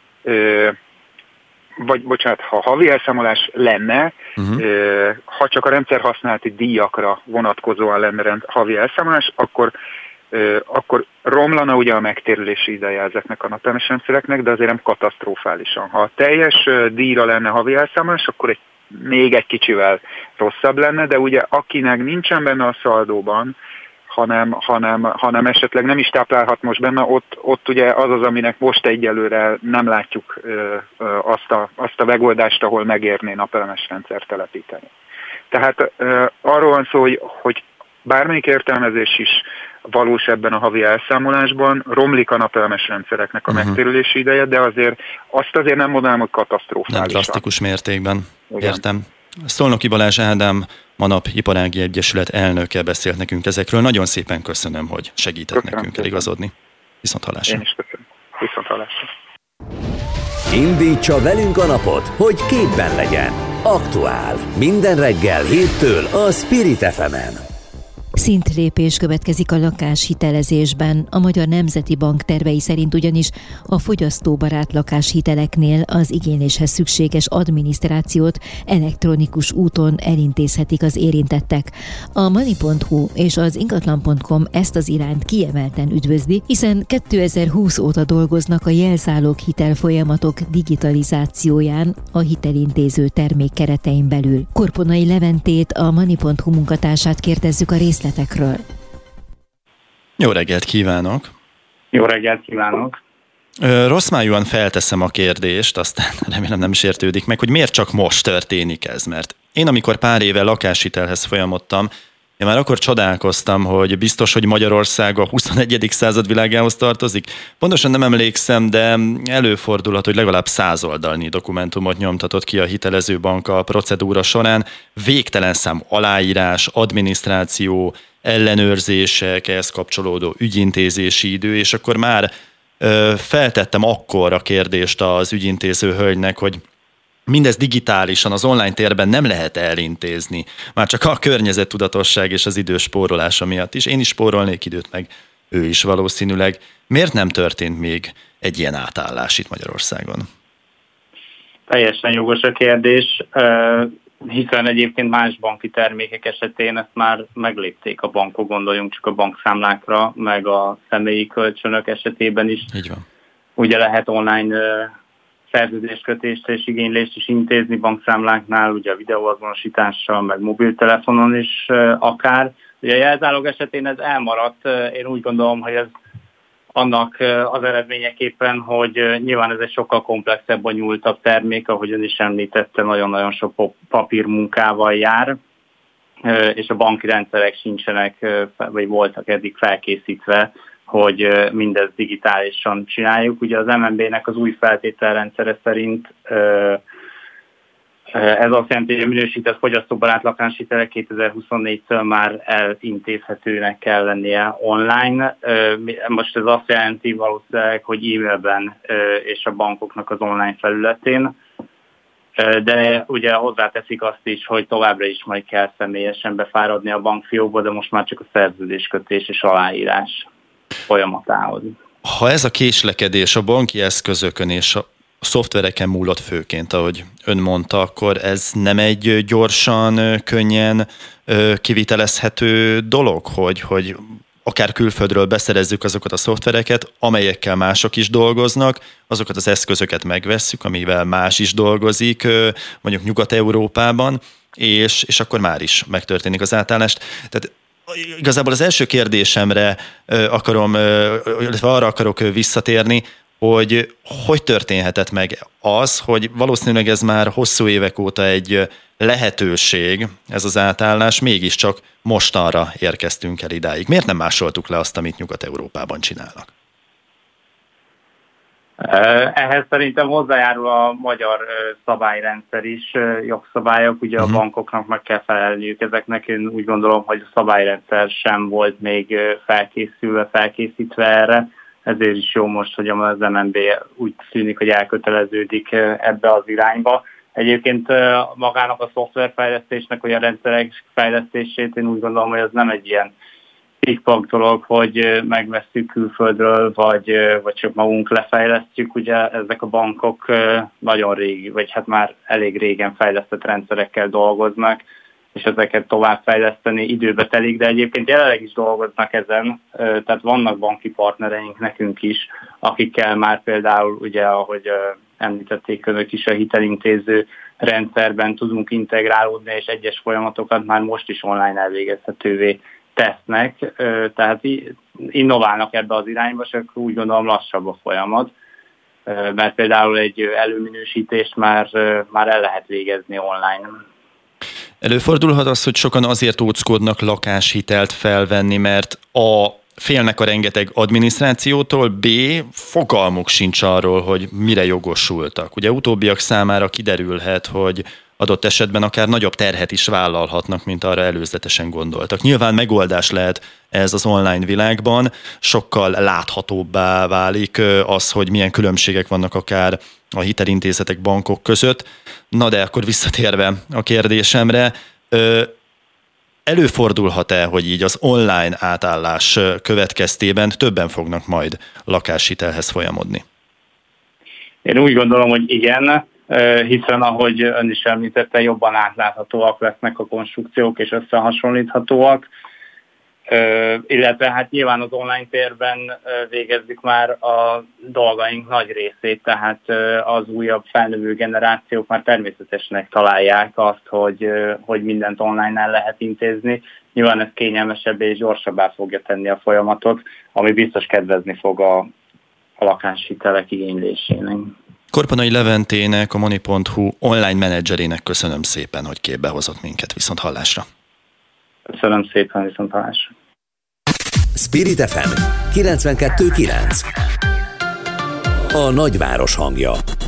[SPEAKER 10] ha havi elszámolás lenne, ha csak a rendszerhasználati díjakra vonatkozóan lenne havi elszámolás, akkor akkor romlana ugye a megtérülési ideje ezeknek a napelemes rendszereknek, de azért nem katasztrofálisan. Ha a teljes díjra lenne havi elszámolás, akkor még egy kicsivel rosszabb lenne, de ugye akinek nincsen benne a szaldóban, hanem esetleg nem is táplálhat most benne, ott ugye az, aminek most egyelőre nem látjuk azt a megoldást, ahol megérné napelemes rendszert telepíteni. Tehát arról van szó, hogy bármelyik értelmezés is valós ebben a havi elszámolásban, romlik a napelemes rendszereknek a megtérülési ideje, de azt azért nem mondanám, hogy katasztrofálisan.
[SPEAKER 2] Nem drasztikus mértékben. Igen. Értem. Szolnoki Balázs Ádám, Manap Iparági Egyesület elnöke beszélt nekünk ezekről. Nagyon szépen köszönöm, hogy segített nekünk eligazodni. Viszonthallásra.
[SPEAKER 10] Én is köszönöm. Viszonthallásra.
[SPEAKER 1] Indítsa velünk a napot, hogy képben legyen. Aktuál. Minden reggel 7-től a Spirit FM-en.
[SPEAKER 3] Szintlépés következik a lakáshitelezésben. A Magyar Nemzeti Bank tervei szerint ugyanis a fogyasztóbarát lakáshiteleknél az igényléshez szükséges adminisztrációt elektronikus úton elintézhetik az érintettek. A Money.hu és az ingatlan.com ezt az irányt kiemelten üdvözli, hiszen 2020 óta dolgoznak a jelzálog hitelfolyamatok digitalizációján a hitelintéző termék keretein belül. Korponai Leventét, a Money.hu munkatársát kérdezzük a részletekről.
[SPEAKER 2] Jó reggelt kívánok!
[SPEAKER 11] Jó reggelt kívánok!
[SPEAKER 2] Rosszmájúan felteszem a kérdést, aztán remélem nem is értődik meg, hogy miért csak most történik ez, mert én amikor pár éve lakáshitelhez folyamodtam, én már akkor csodálkoztam, hogy biztos, hogy Magyarország a 21. század világához tartozik. Pontosan nem emlékszem, de előfordulhat, hogy legalább 100 oldalnyi dokumentumot nyomtatott ki a hitelező bank a procedúra során. Végtelen szám aláírás, adminisztráció, ellenőrzések, ehhez kapcsolódó ügyintézési idő, és akkor már feltettem akkor a kérdést az ügyintéző hölgynek, hogy mindez digitálisan, az online térben nem lehet elintézni. Már csak a környezettudatosság és az idő spórolása miatt is. Én is spórolnék időt, meg ő is valószínűleg. Miért nem történt még egy ilyen átállás itt Magyarországon?
[SPEAKER 11] Teljesen jogos a kérdés, hiszen egyébként más banki termékek esetén ezt már meglépték a bankok, gondoljunk csak a bankszámlákra, meg a személyi kölcsönök esetében is.
[SPEAKER 2] Így van.
[SPEAKER 11] Ugye lehet online szerződéskötést és igénylést is intézni bankszámláknál, ugye a videóazonosítással, meg mobiltelefonon is akár. Ugye a jelzálog esetén ez elmaradt, én úgy gondolom, hogy ez annak az eredményeképpen, hogy nyilván ez egy sokkal komplexebb, bonyolultabb termék, ahogy ön is említette, nagyon-nagyon sok papírmunkával jár, és a banki rendszerek sincsenek, vagy voltak eddig felkészítve, hogy mindezt digitálisan csináljuk. Ugye az MNB-nek az új feltételrendszere szerint ez azt jelenti, hogy a minősített fogyasztóbarát lakáshitelek 2024-től már elintézhetőnek kell lennie online. Most ez azt jelenti valószínűleg, hogy e-mailben és a bankoknak az online felületén, de ugye hozzáteszik azt is, hogy továbbra is majd kell személyesen befáradni a bankfiókba, de most már csak a szerződéskötés és aláírás folyamatához.
[SPEAKER 2] Ha ez a késlekedés a banki eszközökön és a szoftvereken múlott főként, ahogy ön mondta, akkor ez nem egy gyorsan, könnyen kivitelezhető dolog, hogy akár külföldről beszerezzük azokat a szoftvereket, amelyekkel mások is dolgoznak, azokat az eszközöket megvesszük, amivel más is dolgozik, mondjuk Nyugat-Európában, és akkor már is megtörténik az átállást. Tehát igazából az első kérdésemre arra akarok visszatérni, hogy történhetett meg az, hogy valószínűleg ez már hosszú évek óta egy lehetőség, ez az átállás, mégiscsak mostanra érkeztünk el idáig. Miért nem másoltuk le azt, amit Nyugat-Európában csinálnak?
[SPEAKER 11] Ehhez szerintem hozzájárul a magyar szabályrendszer is, jogszabályok, ugye a bankoknak meg kell felelniük ezeknek. Én úgy gondolom, hogy a szabályrendszer sem volt még felkészítve erre. Ezért is jó most, hogy az MNB úgy tűnik, hogy elköteleződik ebbe az irányba. Egyébként magának a szoftverfejlesztésnek, vagy a rendszerek fejlesztését én úgy gondolom, hogy ez nem egy ilyen pikpak dolog, hogy megvesszük külföldről, vagy csak magunk lefejlesztjük. Ugye ezek a bankok nagyon régi, vagy hát már elég régen fejlesztett rendszerekkel dolgoznak, és ezeket továbbfejleszteni időbe telik, de egyébként jelenleg is dolgoznak ezen, tehát vannak banki partnereink nekünk is, akikkel már például, ugye, ahogy említették önök is, a hitelintéző rendszerben tudunk integrálódni, és egyes folyamatokat már most is online elvégezhetővé tesznek, tehát innoválnak ebbe az irányba, csak úgy gondolom lassabb a folyamat, mert például egy előminősítést már el lehet végezni online.
[SPEAKER 2] Előfordulhat az, hogy sokan azért óckodnak lakáshitelt felvenni, mert félnek a rengeteg adminisztrációtól, B, fogalmuk sincs arról, hogy mire jogosultak. Ugye utóbbiak számára kiderülhet, hogy adott esetben akár nagyobb terhet is vállalhatnak, mint arra előzetesen gondoltak. Nyilván megoldás lehet ez az online világban, sokkal láthatóbbá válik az, hogy milyen különbségek vannak akár a hitelintézetek, bankok között. Na de akkor visszatérve a kérdésemre, előfordulhat-e, hogy így az online átállás következtében többen fognak majd lakáshitelhez folyamodni?
[SPEAKER 11] Én úgy gondolom, hogy igen, hiszen ahogy ön is említette, jobban átláthatóak lesznek a konstrukciók és összehasonlíthatóak, illetve hát nyilván az online térben végezzük már a dolgaink nagy részét, tehát az újabb felnövő generációk már természetesnek találják azt, hogy mindent online el lehet intézni. Nyilván ez kényelmesebbé és gyorsabbá fogja tenni a folyamatot, ami biztos kedvezni fog a lakáshitelek igénylésének.
[SPEAKER 2] Korponai Leventének, a Money.hu online menedzserének köszönöm szépen, hogy képbe hozott minket. Viszont hallásra.
[SPEAKER 11] Köszönöm szépen, viszont hallásra.
[SPEAKER 1] Spirit FM 92.9. A nagyváros hangja.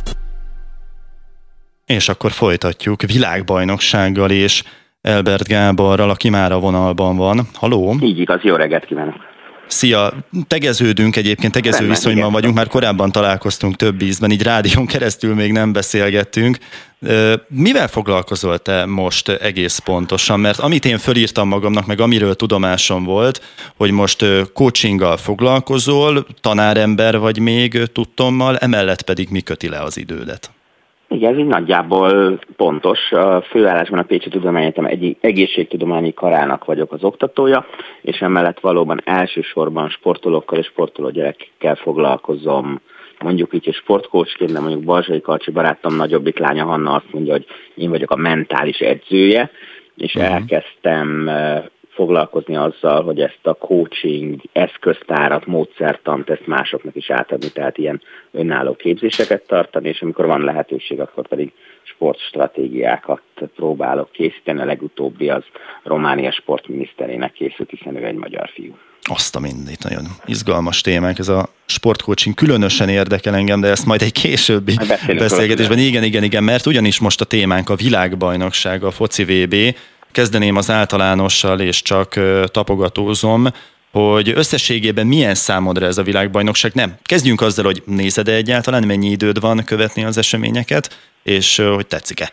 [SPEAKER 2] És akkor folytatjuk világbajnoksággal és Elbert Gáborral, aki már a vonalban van. Halló!
[SPEAKER 12] Így igaz, jó reggelt kívánok!
[SPEAKER 2] Szia! Tegeződünk egyébként, tegező viszonyban vagyunk, már korábban találkoztunk több ízben, így rádión keresztül még nem beszélgettünk. Mivel foglalkozol te most egész pontosan? Mert amit én fölírtam magamnak, meg amiről tudomásom volt, hogy most coachinggal foglalkozol, tanárember vagy még tudtommal, emellett pedig mi köti le az idődet?
[SPEAKER 12] Igen, ez így nagyjából pontos. A főállásban a Pécsi Tudományegyetem egészségtudományi karának vagyok az oktatója, és emellett valóban elsősorban sportolókkal és sportoló gyerekekkel foglalkozom, mondjuk így, hogy sportcoachként, de mondjuk Balzsai Karcsi barátom nagyobbik lánya Hanna azt mondja, hogy én vagyok a mentális edzője, és elkezdtem foglalkozni azzal, hogy ezt a coaching eszköztárat, módszertant, ezt másoknak is átadni, tehát ilyen önálló képzéseket tartani, és amikor van lehetőség, akkor pedig sportstratégiákat próbálok készíteni. A legutóbbi az Románia sportminiszterének készült, hiszen ő egy magyar fiú.
[SPEAKER 2] Azt a mindit, nagyon izgalmas témák, ez a sportcoaching különösen érdekel engem, de ezt majd egy későbbi beszélgetésben. Igen, mert ugyanis most a témánk a világbajnokság, a foci VB. Kezdeném az általánossal, és csak tapogatózom, hogy összességében milyen számodra ez a világbajnokság? Nem. Kezdjünk azzal, hogy nézed-e egyáltalán, mennyi időd van követni az eseményeket, és hogy tetszik-e?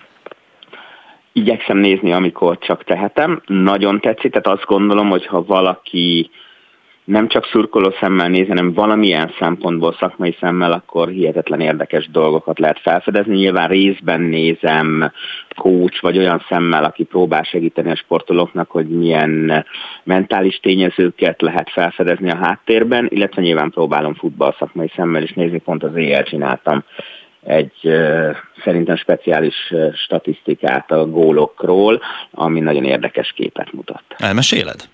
[SPEAKER 12] Igyekszem nézni, amikor csak tehetem. Nagyon tetszik, tehát azt gondolom, hogy ha valaki nem csak szurkoló szemmel néz, hanem valamilyen szempontból, szakmai szemmel, akkor hihetetlen érdekes dolgokat lehet felfedezni. Nyilván részben nézem coach, vagy olyan szemmel, aki próbál segíteni a sportolóknak, hogy milyen mentális tényezőket lehet felfedezni a háttérben, illetve nyilván próbálom futball szakmai szemmel is nézni, pont az éjjel csináltam egy szerintem speciális statisztikát a gólokról, ami nagyon érdekes képet mutat.
[SPEAKER 2] Elmeséled?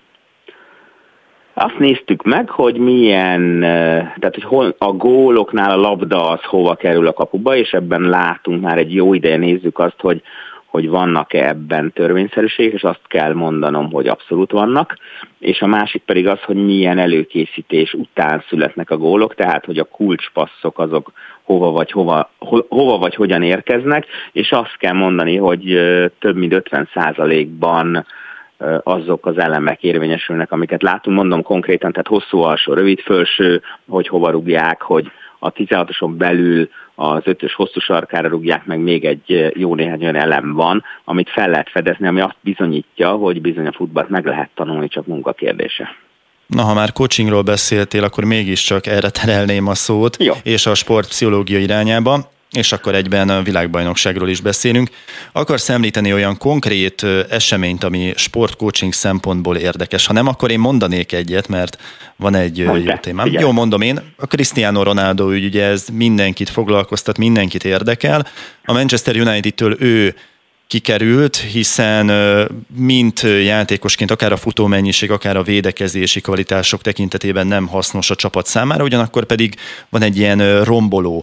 [SPEAKER 12] Azt néztük meg, hogy milyen, tehát hogy hol a góloknál a labda az hova kerül a kapuba, és ebben látunk már egy jó ideje, nézzük azt, hogy vannak-e ebben törvényszerűségek, és azt kell mondanom, hogy abszolút vannak, és a másik pedig az, hogy milyen előkészítés után születnek a gólok, tehát hogy a kulcspasszok azok hova vagy hogyan érkeznek, és azt kell mondani, hogy több mint 50%-ban azok az elemek érvényesülnek, amiket látunk, mondom konkrétan, tehát hosszú alsó, rövid felső, hogy hova rúgják, hogy a 16-oson belül az 5-ös hosszú sarkára rúgják, meg még egy jó néhány olyan elem van, amit fel lehet fedezni, ami azt bizonyítja, hogy bizony a futballt meg lehet tanulni, csak munka kérdése.
[SPEAKER 2] Na, ha már coachingról beszéltél, akkor mégiscsak erre terelném a szót, jó. És a sportpszichológia irányába. és akkor egyben a világbajnokságról is beszélünk. Akarsz említeni olyan konkrét eseményt, ami sportcoaching szempontból érdekes? Ha nem, akkor én mondanék egyet, mert van egy jó témám. Figyelj. Jó, mondom én. A Cristiano Ronaldo ügy, ugye ez mindenkit foglalkoztat, mindenkit érdekel. A Manchester United-től ő kikerült, hiszen mint játékosként akár a futómennyiség, akár a védekezési kvalitások tekintetében nem hasznos a csapat számára, ugyanakkor pedig van egy ilyen romboló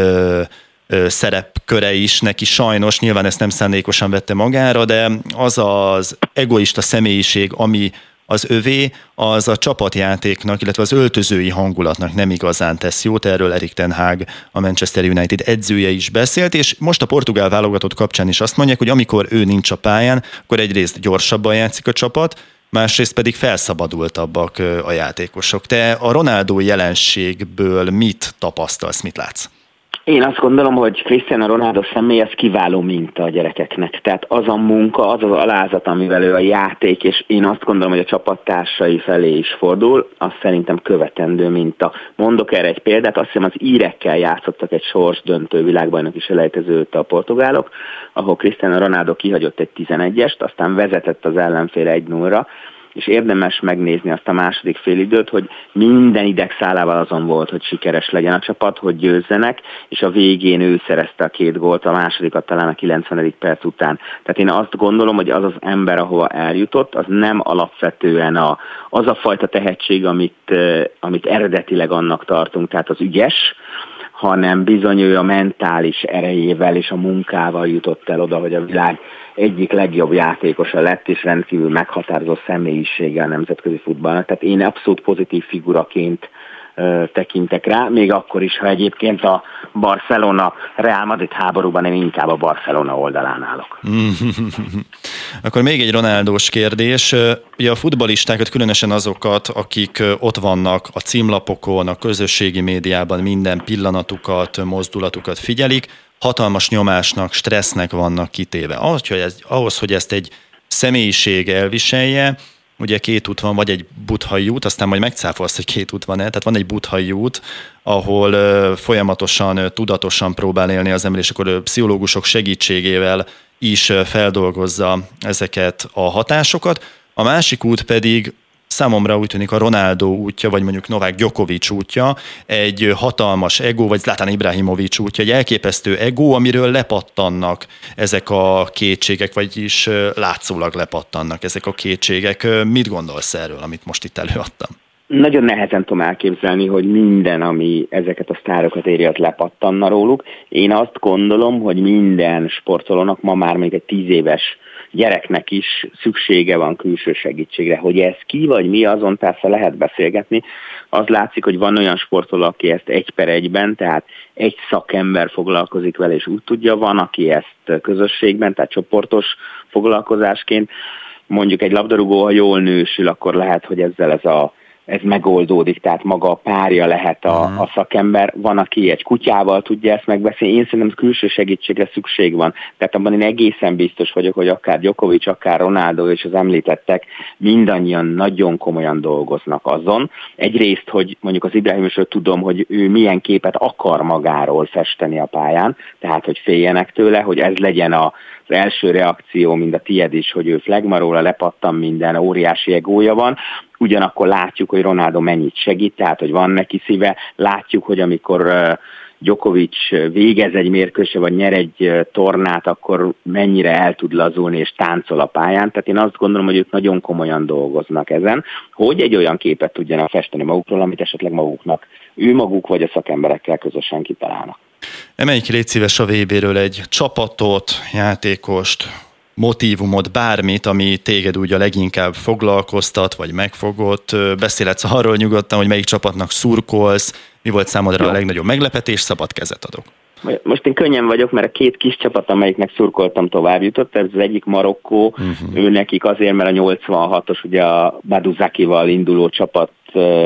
[SPEAKER 2] szerepköre is neki sajnos, nyilván ezt nem szándékosan vette magára, de az az egoista személyiség, ami az övé, az a csapatjátéknak, illetve az öltözői hangulatnak nem igazán tesz jót, erről Erik ten Hag, a Manchester United edzője is beszélt, és most a portugál válogatott kapcsán is azt mondják, hogy amikor ő nincs a pályán, akkor egyrészt gyorsabban játszik a csapat, másrészt pedig felszabadultabbak a játékosok. Te a Ronaldo jelenségből mit tapasztalsz, mit látsz?
[SPEAKER 12] Én azt gondolom, hogy Cristiano Ronaldo személy az kiváló minta a gyerekeknek. Tehát az a munka, az az alázat, amivel ő a játék, és én azt gondolom, hogy a csapattársai felé is fordul, az szerintem követendő minta. Mondok erre egy példát, azt hiszem az írekkel játszottak egy sorsdöntő világbajnoki selejtezőt a portugálok, ahol Cristiano Ronaldo kihagyott egy 11-est, aztán vezetett az ellenfél 1-0-ra, és érdemes megnézni azt a második félidőt, hogy minden idegszálával azon volt, hogy sikeres legyen a csapat, hogy győzzenek, és a végén ő szerezte a 2 gólt, a másodikat talán a 90. perc után. Tehát én azt gondolom, hogy az az ember, ahova eljutott, az nem alapvetően az a fajta tehetség, amit eredetileg annak tartunk, tehát az ügyes, hanem bizony ő a mentális erejével és a munkával jutott el oda, hogy a világ egyik legjobb játékosa lett, és rendkívül meghatározó személyiséggel nemzetközi futballnak. Tehát én abszolút pozitív figuraként tekintek rá, még akkor is, ha egyébként a Barcelona-Real Madrid háborúban én inkább a Barcelona oldalán állok.
[SPEAKER 2] Akkor még egy Ronaldós kérdés. Ugye a futballistákat, különösen azokat, akik ott vannak a címlapokon, a közösségi médiában minden pillanatukat, mozdulatukat figyelik, hatalmas nyomásnak, stressznek vannak kitéve. Ahhoz, hogy ezt egy személyiség elviselje, ugye 2 út van, vagy egy buddhai út, aztán majd megcáfolsz, hogy 2 út van-e. Tehát van egy buddhai út, ahol folyamatosan, tudatosan próbál élni az ember, és akkor pszichológusok segítségével is feldolgozza ezeket a hatásokat. A másik út pedig számomra úgy tűnik a Ronaldo útja, vagy mondjuk Novák Djokovic útja, egy hatalmas ego, vagy Zlatan Ibrahimovic útja, egy elképesztő ego, amiről lepattannak ezek a kétségek, vagyis látszólag lepattannak ezek a kétségek. Mit gondolsz erről, amit most itt előadtam?
[SPEAKER 12] Nagyon nehezen tudom elképzelni, hogy minden, ami ezeket a sztárokat éri, az lepattanna róluk. Én azt gondolom, hogy minden sportolónak ma már még egy 10 éves gyereknek is szüksége van külső segítségre. Hogy ez ki vagy mi, azon persze lehet beszélgetni. Az látszik, hogy van olyan sportoló, aki ezt 1/1-ben, tehát egy szakember foglalkozik vele, és úgy tudja, van, aki ezt közösségben, tehát csoportos foglalkozásként. Mondjuk egy labdarúgó, ha jól nősül, akkor lehet, hogy ezzel ez megoldódik, tehát maga a párja lehet a szakember. Van, aki egy kutyával tudja ezt megbeszélni. Én szerintem külső segítségre szükség van. Tehát abban én egészen biztos vagyok, hogy akár Djokovic, akár Ronaldo és az említettek mindannyian nagyon komolyan dolgoznak azon. Egyrészt, hogy mondjuk az Ibrahimovicról tudom, hogy ő milyen képet akar magáról festeni a pályán, tehát hogy féljenek tőle, hogy ez legyen az első reakció, mint a tied is, hogy ő flegma róla, lepattan minden, óriási egója van. Ugyanakkor látjuk, hogy Ronaldo mennyit segít, tehát hogy van neki szíve. Látjuk, hogy amikor Djokovic végez egy mérkőzést, vagy nyer egy tornát, akkor mennyire el tud lazulni és táncol a pályán. Tehát én azt gondolom, hogy ők nagyon komolyan dolgoznak ezen, hogy egy olyan képet tudjanak festeni magukról, amit esetleg maguknak, ő maguk vagy a szakemberekkel közösen kitalálnak.
[SPEAKER 2] Emelj ki, légy szíves a VB-ről egy csapatot, játékost, motívumot, bármit, ami téged úgy a leginkább foglalkoztat, vagy megfogott. Beszélhetsz arról nyugodtan, hogy melyik csapatnak szurkolsz, mi volt számodra a legnagyobb meglepetés, szabad kezet adok.
[SPEAKER 12] Most én könnyen vagyok, mert a 2 kis csapat, amelyiknek szurkoltam, tovább jutott. Ez az egyik Marokkó, ő nekik azért, mert a 86-os, ugye a Badouzakival induló csapat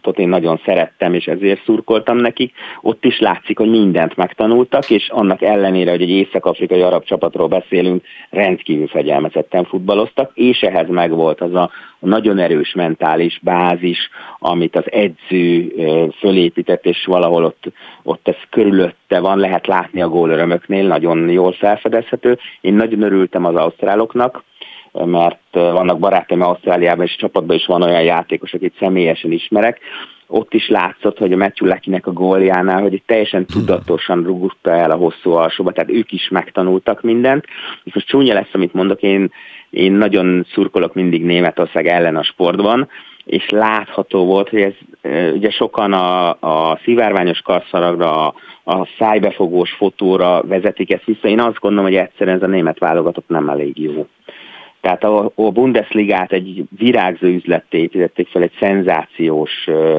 [SPEAKER 12] csoportot én nagyon szerettem, és ezért szurkoltam nekik. Ott is látszik, hogy mindent megtanultak, és annak ellenére, hogy egy észak-afrikai arab csapatról beszélünk, rendkívül fegyelmezetten futballoztak, és ehhez megvolt az a nagyon erős mentális bázis, amit az edző fölépített, és valahol ott ez körülötte van, lehet látni a gólörömöknél, nagyon jól felfedezhető. Én nagyon örültem az ausztráloknak, mert vannak barátaim Ausztráliában, és csapatban is van olyan játékos, akit személyesen ismerek. Ott is látszott, hogy a Matthew Leckie-nek a góljánál, hogy teljesen tudatosan rúgta el a hosszú alsóba, tehát ők is megtanultak mindent. És most csúnya lesz, amit mondok, én nagyon szurkolok mindig Németország ellen a sportban, és látható volt, hogy ez ugye sokan a szivárványos karszalagra, a szájbefogós fotóra vezetik ezt vissza. Én azt gondolom, hogy egyszerűen ez a német válogatott nem elég jó. Tehát a Bundesligát egy virágzó üzletté építették fel, egy szenzációs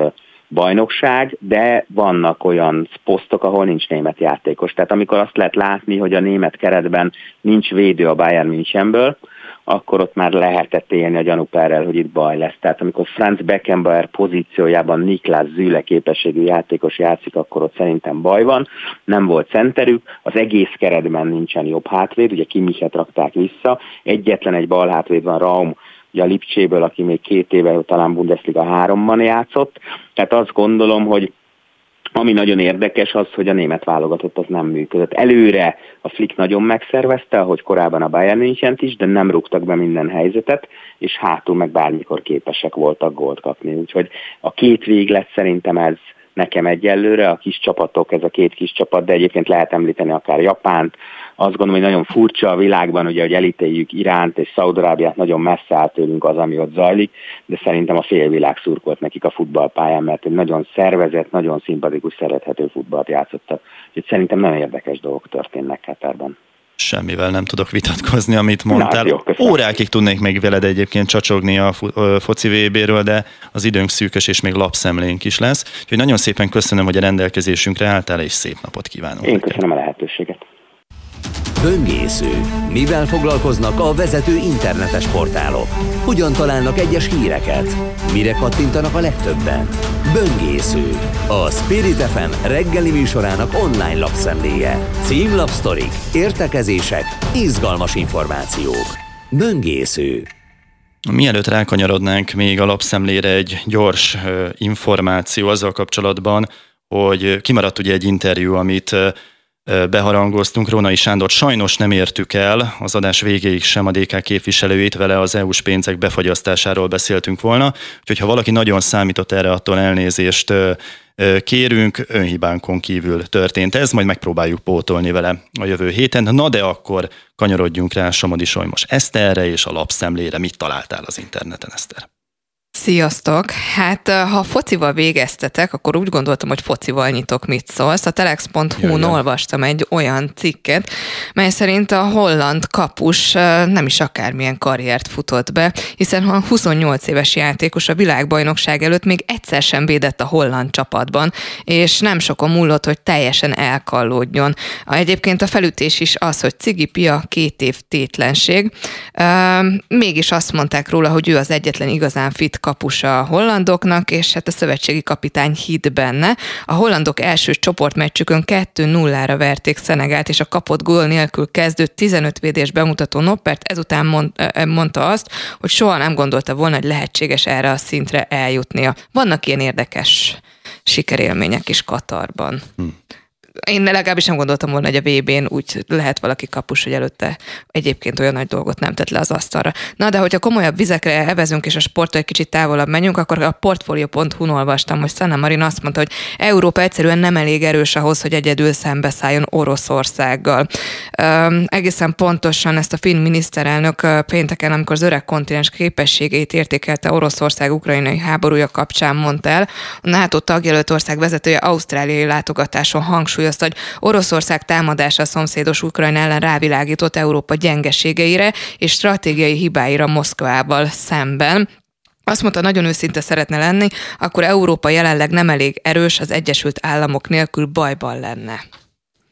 [SPEAKER 12] bajnokság, de vannak olyan posztok, ahol nincs német játékos. Tehát amikor azt lehet látni, hogy a német keretben nincs védő a Bayern Münchenből, akkor ott már lehetett élni a gyanúperrel, hogy itt baj lesz. Tehát amikor Franz Beckenbauer pozíciójában Niklas Süle képességű játékos játszik, akkor ott szerintem baj van. Nem volt centerük, az egész keretben nincsen jobb hátvéd, ugye Kimichet rakták vissza, egyetlen egy bal hátvéd van, Raum, ugye a Lipcséből, aki még 2 éve talán Bundesliga 3-ban játszott. Tehát azt gondolom, hogy ami nagyon érdekes az, hogy a német válogatott az nem működött. Előre a Flick nagyon megszervezte, ahogy korábban a Bayern Münchent is, de nem rúgtak be minden helyzetet, és hátul meg bármikor képesek voltak gólt kapni. Úgyhogy a 2 véglet szerintem ez nekem egyelőre, a kis csapatok, ez a 2 kis csapat, de egyébként lehet említeni akár Japánt. Azt gondolom, hogy nagyon furcsa a világban, ugye, hogy elítéljük Iránt és Szaúd-Arábiát, nagyon messze áll tőlünk az, ami ott zajlik, de szerintem a félvilág szurkolt nekik a futballpályán, mert egy nagyon szervezett, nagyon szimpatikus, szerethető futballt játszottak. Úgyhogy szerintem nagyon érdekes dolgok történnek Katarban.
[SPEAKER 2] Semmivel nem tudok vitatkozni, amit mondtál. Na, jó, órákig tudnék még veled egyébként csacsogni a foci VB-ről, de az időnk szűkös, és még lapszemlénk is lesz. Úgyhogy nagyon szépen köszönöm, hogy a rendelkezésünkre álltál, és szép napot kívánok.
[SPEAKER 12] Én köszönöm a lehetőséget.
[SPEAKER 1] Böngésző. Mivel foglalkoznak a vezető internetes portálok? Hogyan találnak egyes híreket? Mire kattintanak a legtöbben? Böngésző. A Spirit FM reggeli műsorának online lapszemléje. Címlapsztorik, értekezések, izgalmas információk. Böngésző.
[SPEAKER 2] Mielőtt rákanyarodnánk még a lapszemlére, egy gyors információ azzal kapcsolatban, hogy kimaradt ugye egy interjú, amit beharangoztunk. Rónai Sándor sajnos nem értük el, az adás végéig sem a DK képviselőjét, vele az EU-s pénzek befagyasztásáról beszéltünk volna, úgyhogy ha valaki nagyon számított erre, attól elnézést kérünk, önhibánkon kívül történt ez, majd megpróbáljuk pótolni vele a jövő héten. Na de akkor kanyarodjunk rá Somodi Solymos Eszterre és a lapszemlére. Mit találtál az interneten, Eszter?
[SPEAKER 13] Sziasztok! Hát ha focival végeztetek, akkor úgy gondoltam, hogy focival nyitok, mit szólsz. A telex.hu-n olvastam egy olyan cikket, mely szerint a holland kapus nem is akármilyen karriert futott be, hiszen a 28 éves játékos a világbajnokság előtt még egyszer sem védett a holland csapatban, és nem sokon múlott, hogy teljesen elkallódjon. Egyébként a felütés is az, hogy cigi pia, 2 év tétlenség. Mégis azt mondták róla, hogy ő az egyetlen igazán fit kapusa a hollandoknak, és hát a szövetségi kapitány hitt benne. A hollandok első csoportmeccsükön 2-0-ra verték Szenegált, és a kapott gól nélkül kezdő 15 védés bemutató Noppert ezután mondta azt, hogy soha nem gondolta volna, hogy lehetséges erre a szintre eljutnia. Vannak ilyen érdekes sikerélmények is Katarban. Én legalábbis nem gondoltam volna, hogy a VB-n úgy lehet valaki kapus, hogy előtte egyébként olyan nagy dolgot nem tett le az asztalra. Na, de hogyha komolyabb vizekre evezünk, és a sporttól egy kicsit távolabb menjünk, akkor a Portfolio.hu-n olvastam, hogy Sanna Marin azt mondta, hogy Európa egyszerűen nem elég erős ahhoz, hogy egyedül szembeszálljon Oroszországgal. Egészen pontosan ezt a finn miniszterelnök pénteken, amikor az öreg kontinens képességeit értékelte Oroszország ukrajnai háborúja kapcsán, mondta el. A NATO tagjelölt ország vezetője ausztráliai látogatáson hangsúlyozta, hogy Oroszország támadása a szomszédos Ukrajna ellen rávilágított Európa gyengeségeire és stratégiai hibáira Moszkvával szemben. Azt mondta, nagyon őszinte szeretne lenni, akkor Európa jelenleg nem elég erős, az Egyesült Államok nélkül bajban lenne.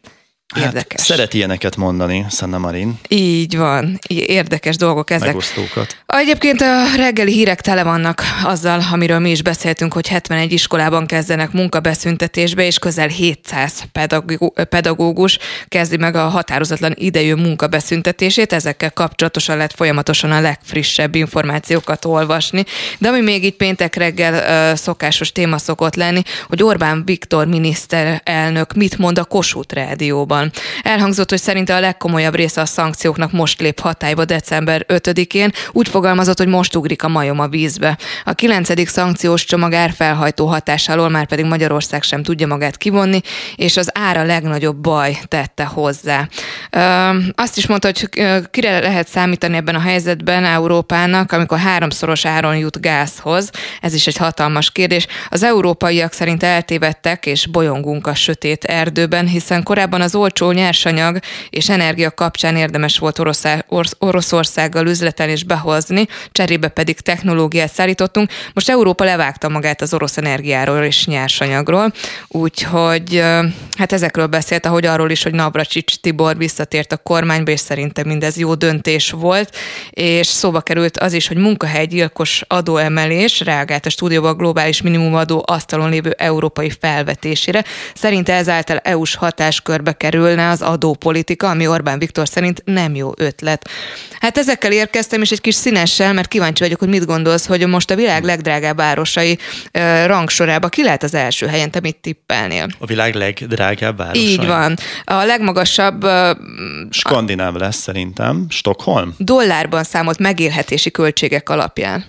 [SPEAKER 13] Érdekes.
[SPEAKER 2] Szeret ilyeneket mondani, Sanna Marin.
[SPEAKER 13] Így van. Érdekes dolgok ezek.
[SPEAKER 2] Megosztókat.
[SPEAKER 13] Egyébként a reggeli hírek tele vannak azzal, amiről mi is beszéltünk, hogy 71 iskolában kezdenek munkabeszüntetésbe, és közel 700 pedagógus kezdi meg a határozatlan idejű munkabeszüntetését. Ezekkel kapcsolatosan lehet folyamatosan a legfrissebb információkat olvasni. De ami még így péntek reggel szokásos téma szokott lenni, hogy Orbán Viktor miniszterelnök mit mond a Kossuth Rádióban. Elhangzott, hogy szerinte a legkomolyabb része a szankcióknak most lép hatályba december 5-én. Úgy fogalmazott, hogy most ugrik a majom a vízbe. A 9. szankciós csomag árfelhajtó hatás alól már pedig Magyarország sem tudja magát kivonni, és az ár a legnagyobb baj tette hozzá. Azt is mondta, hogy kire lehet számítani ebben a helyzetben Európának, amikor 3-szoros áron jut gázhoz. Ez is egy hatalmas kérdés. Az európaiak szerint eltévedtek, és bolyongunk a sötét erdőben, hiszen korábban az olcsó nyersanyag és energia kapcsán érdemes volt Oroszországgal üzletelni és behozni, cserébe pedig technológiát szállítottunk. Most Európa levágta magát az orosz energiáról és nyersanyagról, úgyhogy hát ezekről beszélt, ahogy arról is, hogy Navracsics Tibor visszatért a kormányba, és szerintem mindez jó döntés volt, és szóba került az is, hogy munkahelygyilkos adóemelés, reagált a stúdióban a globális minimumadó asztalon lévő európai felvetésére. Szerinte ezáltal EU-s hatáskörbe kerülne az adópolitika, ami Orbán Viktor szerint nem jó ötlet. Hát ezekkel érkeztem, és egy kis színessel, mert kíváncsi vagyok, hogy mit gondolsz, hogy most a világ legdrágább városai rangsorába ki lehet az első helyen, te mit tippelnél?
[SPEAKER 2] A világ legdrágább városai?
[SPEAKER 13] Így van. A legmagasabb...
[SPEAKER 2] Skandináv lesz szerintem. Stockholm?
[SPEAKER 13] Dollárban számolt megélhetési költségek alapján.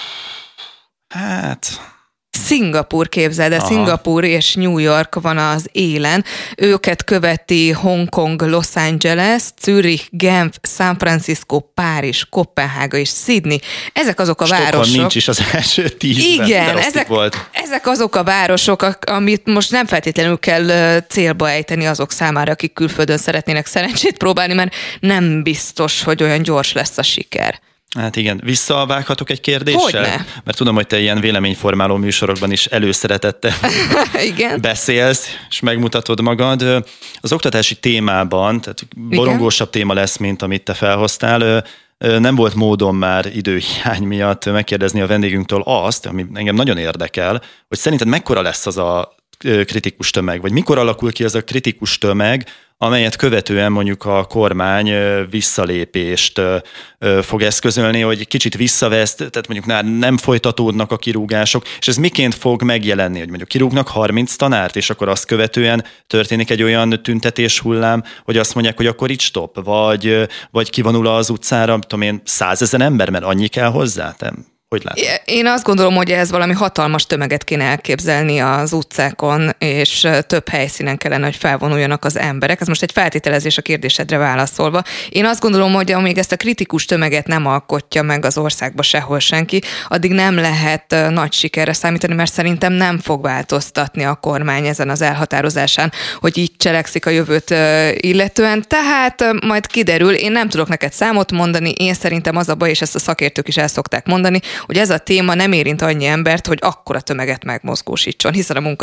[SPEAKER 2] Hát...
[SPEAKER 13] Szingapúr, képzeld, de Szingapúr és New York van az élen. Őket követi Hongkong, Los Angeles, Zürich, Genf, San Francisco, Párizs, Koppenhága és Sydney. Ezek azok a városok.
[SPEAKER 2] Nincs is az első 10-ben.
[SPEAKER 13] Igen, ezek azok a városok, amit most nem feltétlenül kell célba ejteni azok számára, akik külföldön szeretnének szerencsét próbálni, mert nem biztos, hogy olyan gyors lesz a siker.
[SPEAKER 2] Hát igen, visszavághatok egy kérdéssel?
[SPEAKER 13] Hogyne?
[SPEAKER 2] Mert tudom, hogy te ilyen véleményformáló műsorokban is előszeretettel beszélsz, és megmutatod magad. Az oktatási témában, tehát borongósabb téma lesz, mint amit te felhoztál, nem volt módom már időhiány miatt megkérdezni a vendégünktől azt, ami engem nagyon érdekel, hogy szerinted mekkora lesz az a kritikus tömeg, vagy mikor alakul ki az a kritikus tömeg, amelyet követően mondjuk a kormány visszalépést fog eszközölni, hogy kicsit visszavesz, tehát mondjuk nem folytatódnak a kirúgások, és ez miként fog megjelenni, hogy mondjuk kirúgnak 30 tanárt, és akkor azt követően történik egy olyan tüntetés hullám, hogy azt mondják, hogy akkor itt stop, vagy kivonul az utcára, tudom én, 100 000 ember, mert annyi kell hozzá? Hogy látod?
[SPEAKER 13] Én azt gondolom, hogy ez valami hatalmas tömeget kéne elképzelni az utcákon, és több helyszínen kellene, hogy felvonuljanak az emberek. Ez most egy feltételezés a kérdésedre válaszolva. Én azt gondolom, hogy amíg ezt a kritikus tömeget nem alkotja meg az országba sehol senki, addig nem lehet nagy sikerre számítani, mert szerintem nem fog változtatni a kormány ezen az elhatározásán, hogy így cselekszik a jövőt illetően. Tehát majd kiderül, én nem tudok neked számot mondani, én szerintem az a baj, és ezt a szakértők is el szokták mondani, hogy ez a téma nem érint annyi embert, hogy akkora tömeget megmozgósítson, hiszen a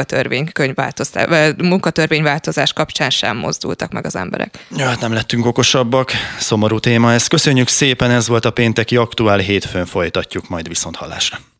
[SPEAKER 13] munkatörvényváltozás kapcsán sem mozdultak meg az emberek.
[SPEAKER 2] Ja, hát nem lettünk okosabbak, szomorú téma ez. Köszönjük szépen, ez volt a pénteki aktuál, hétfőn folytatjuk, majd viszonthallásra.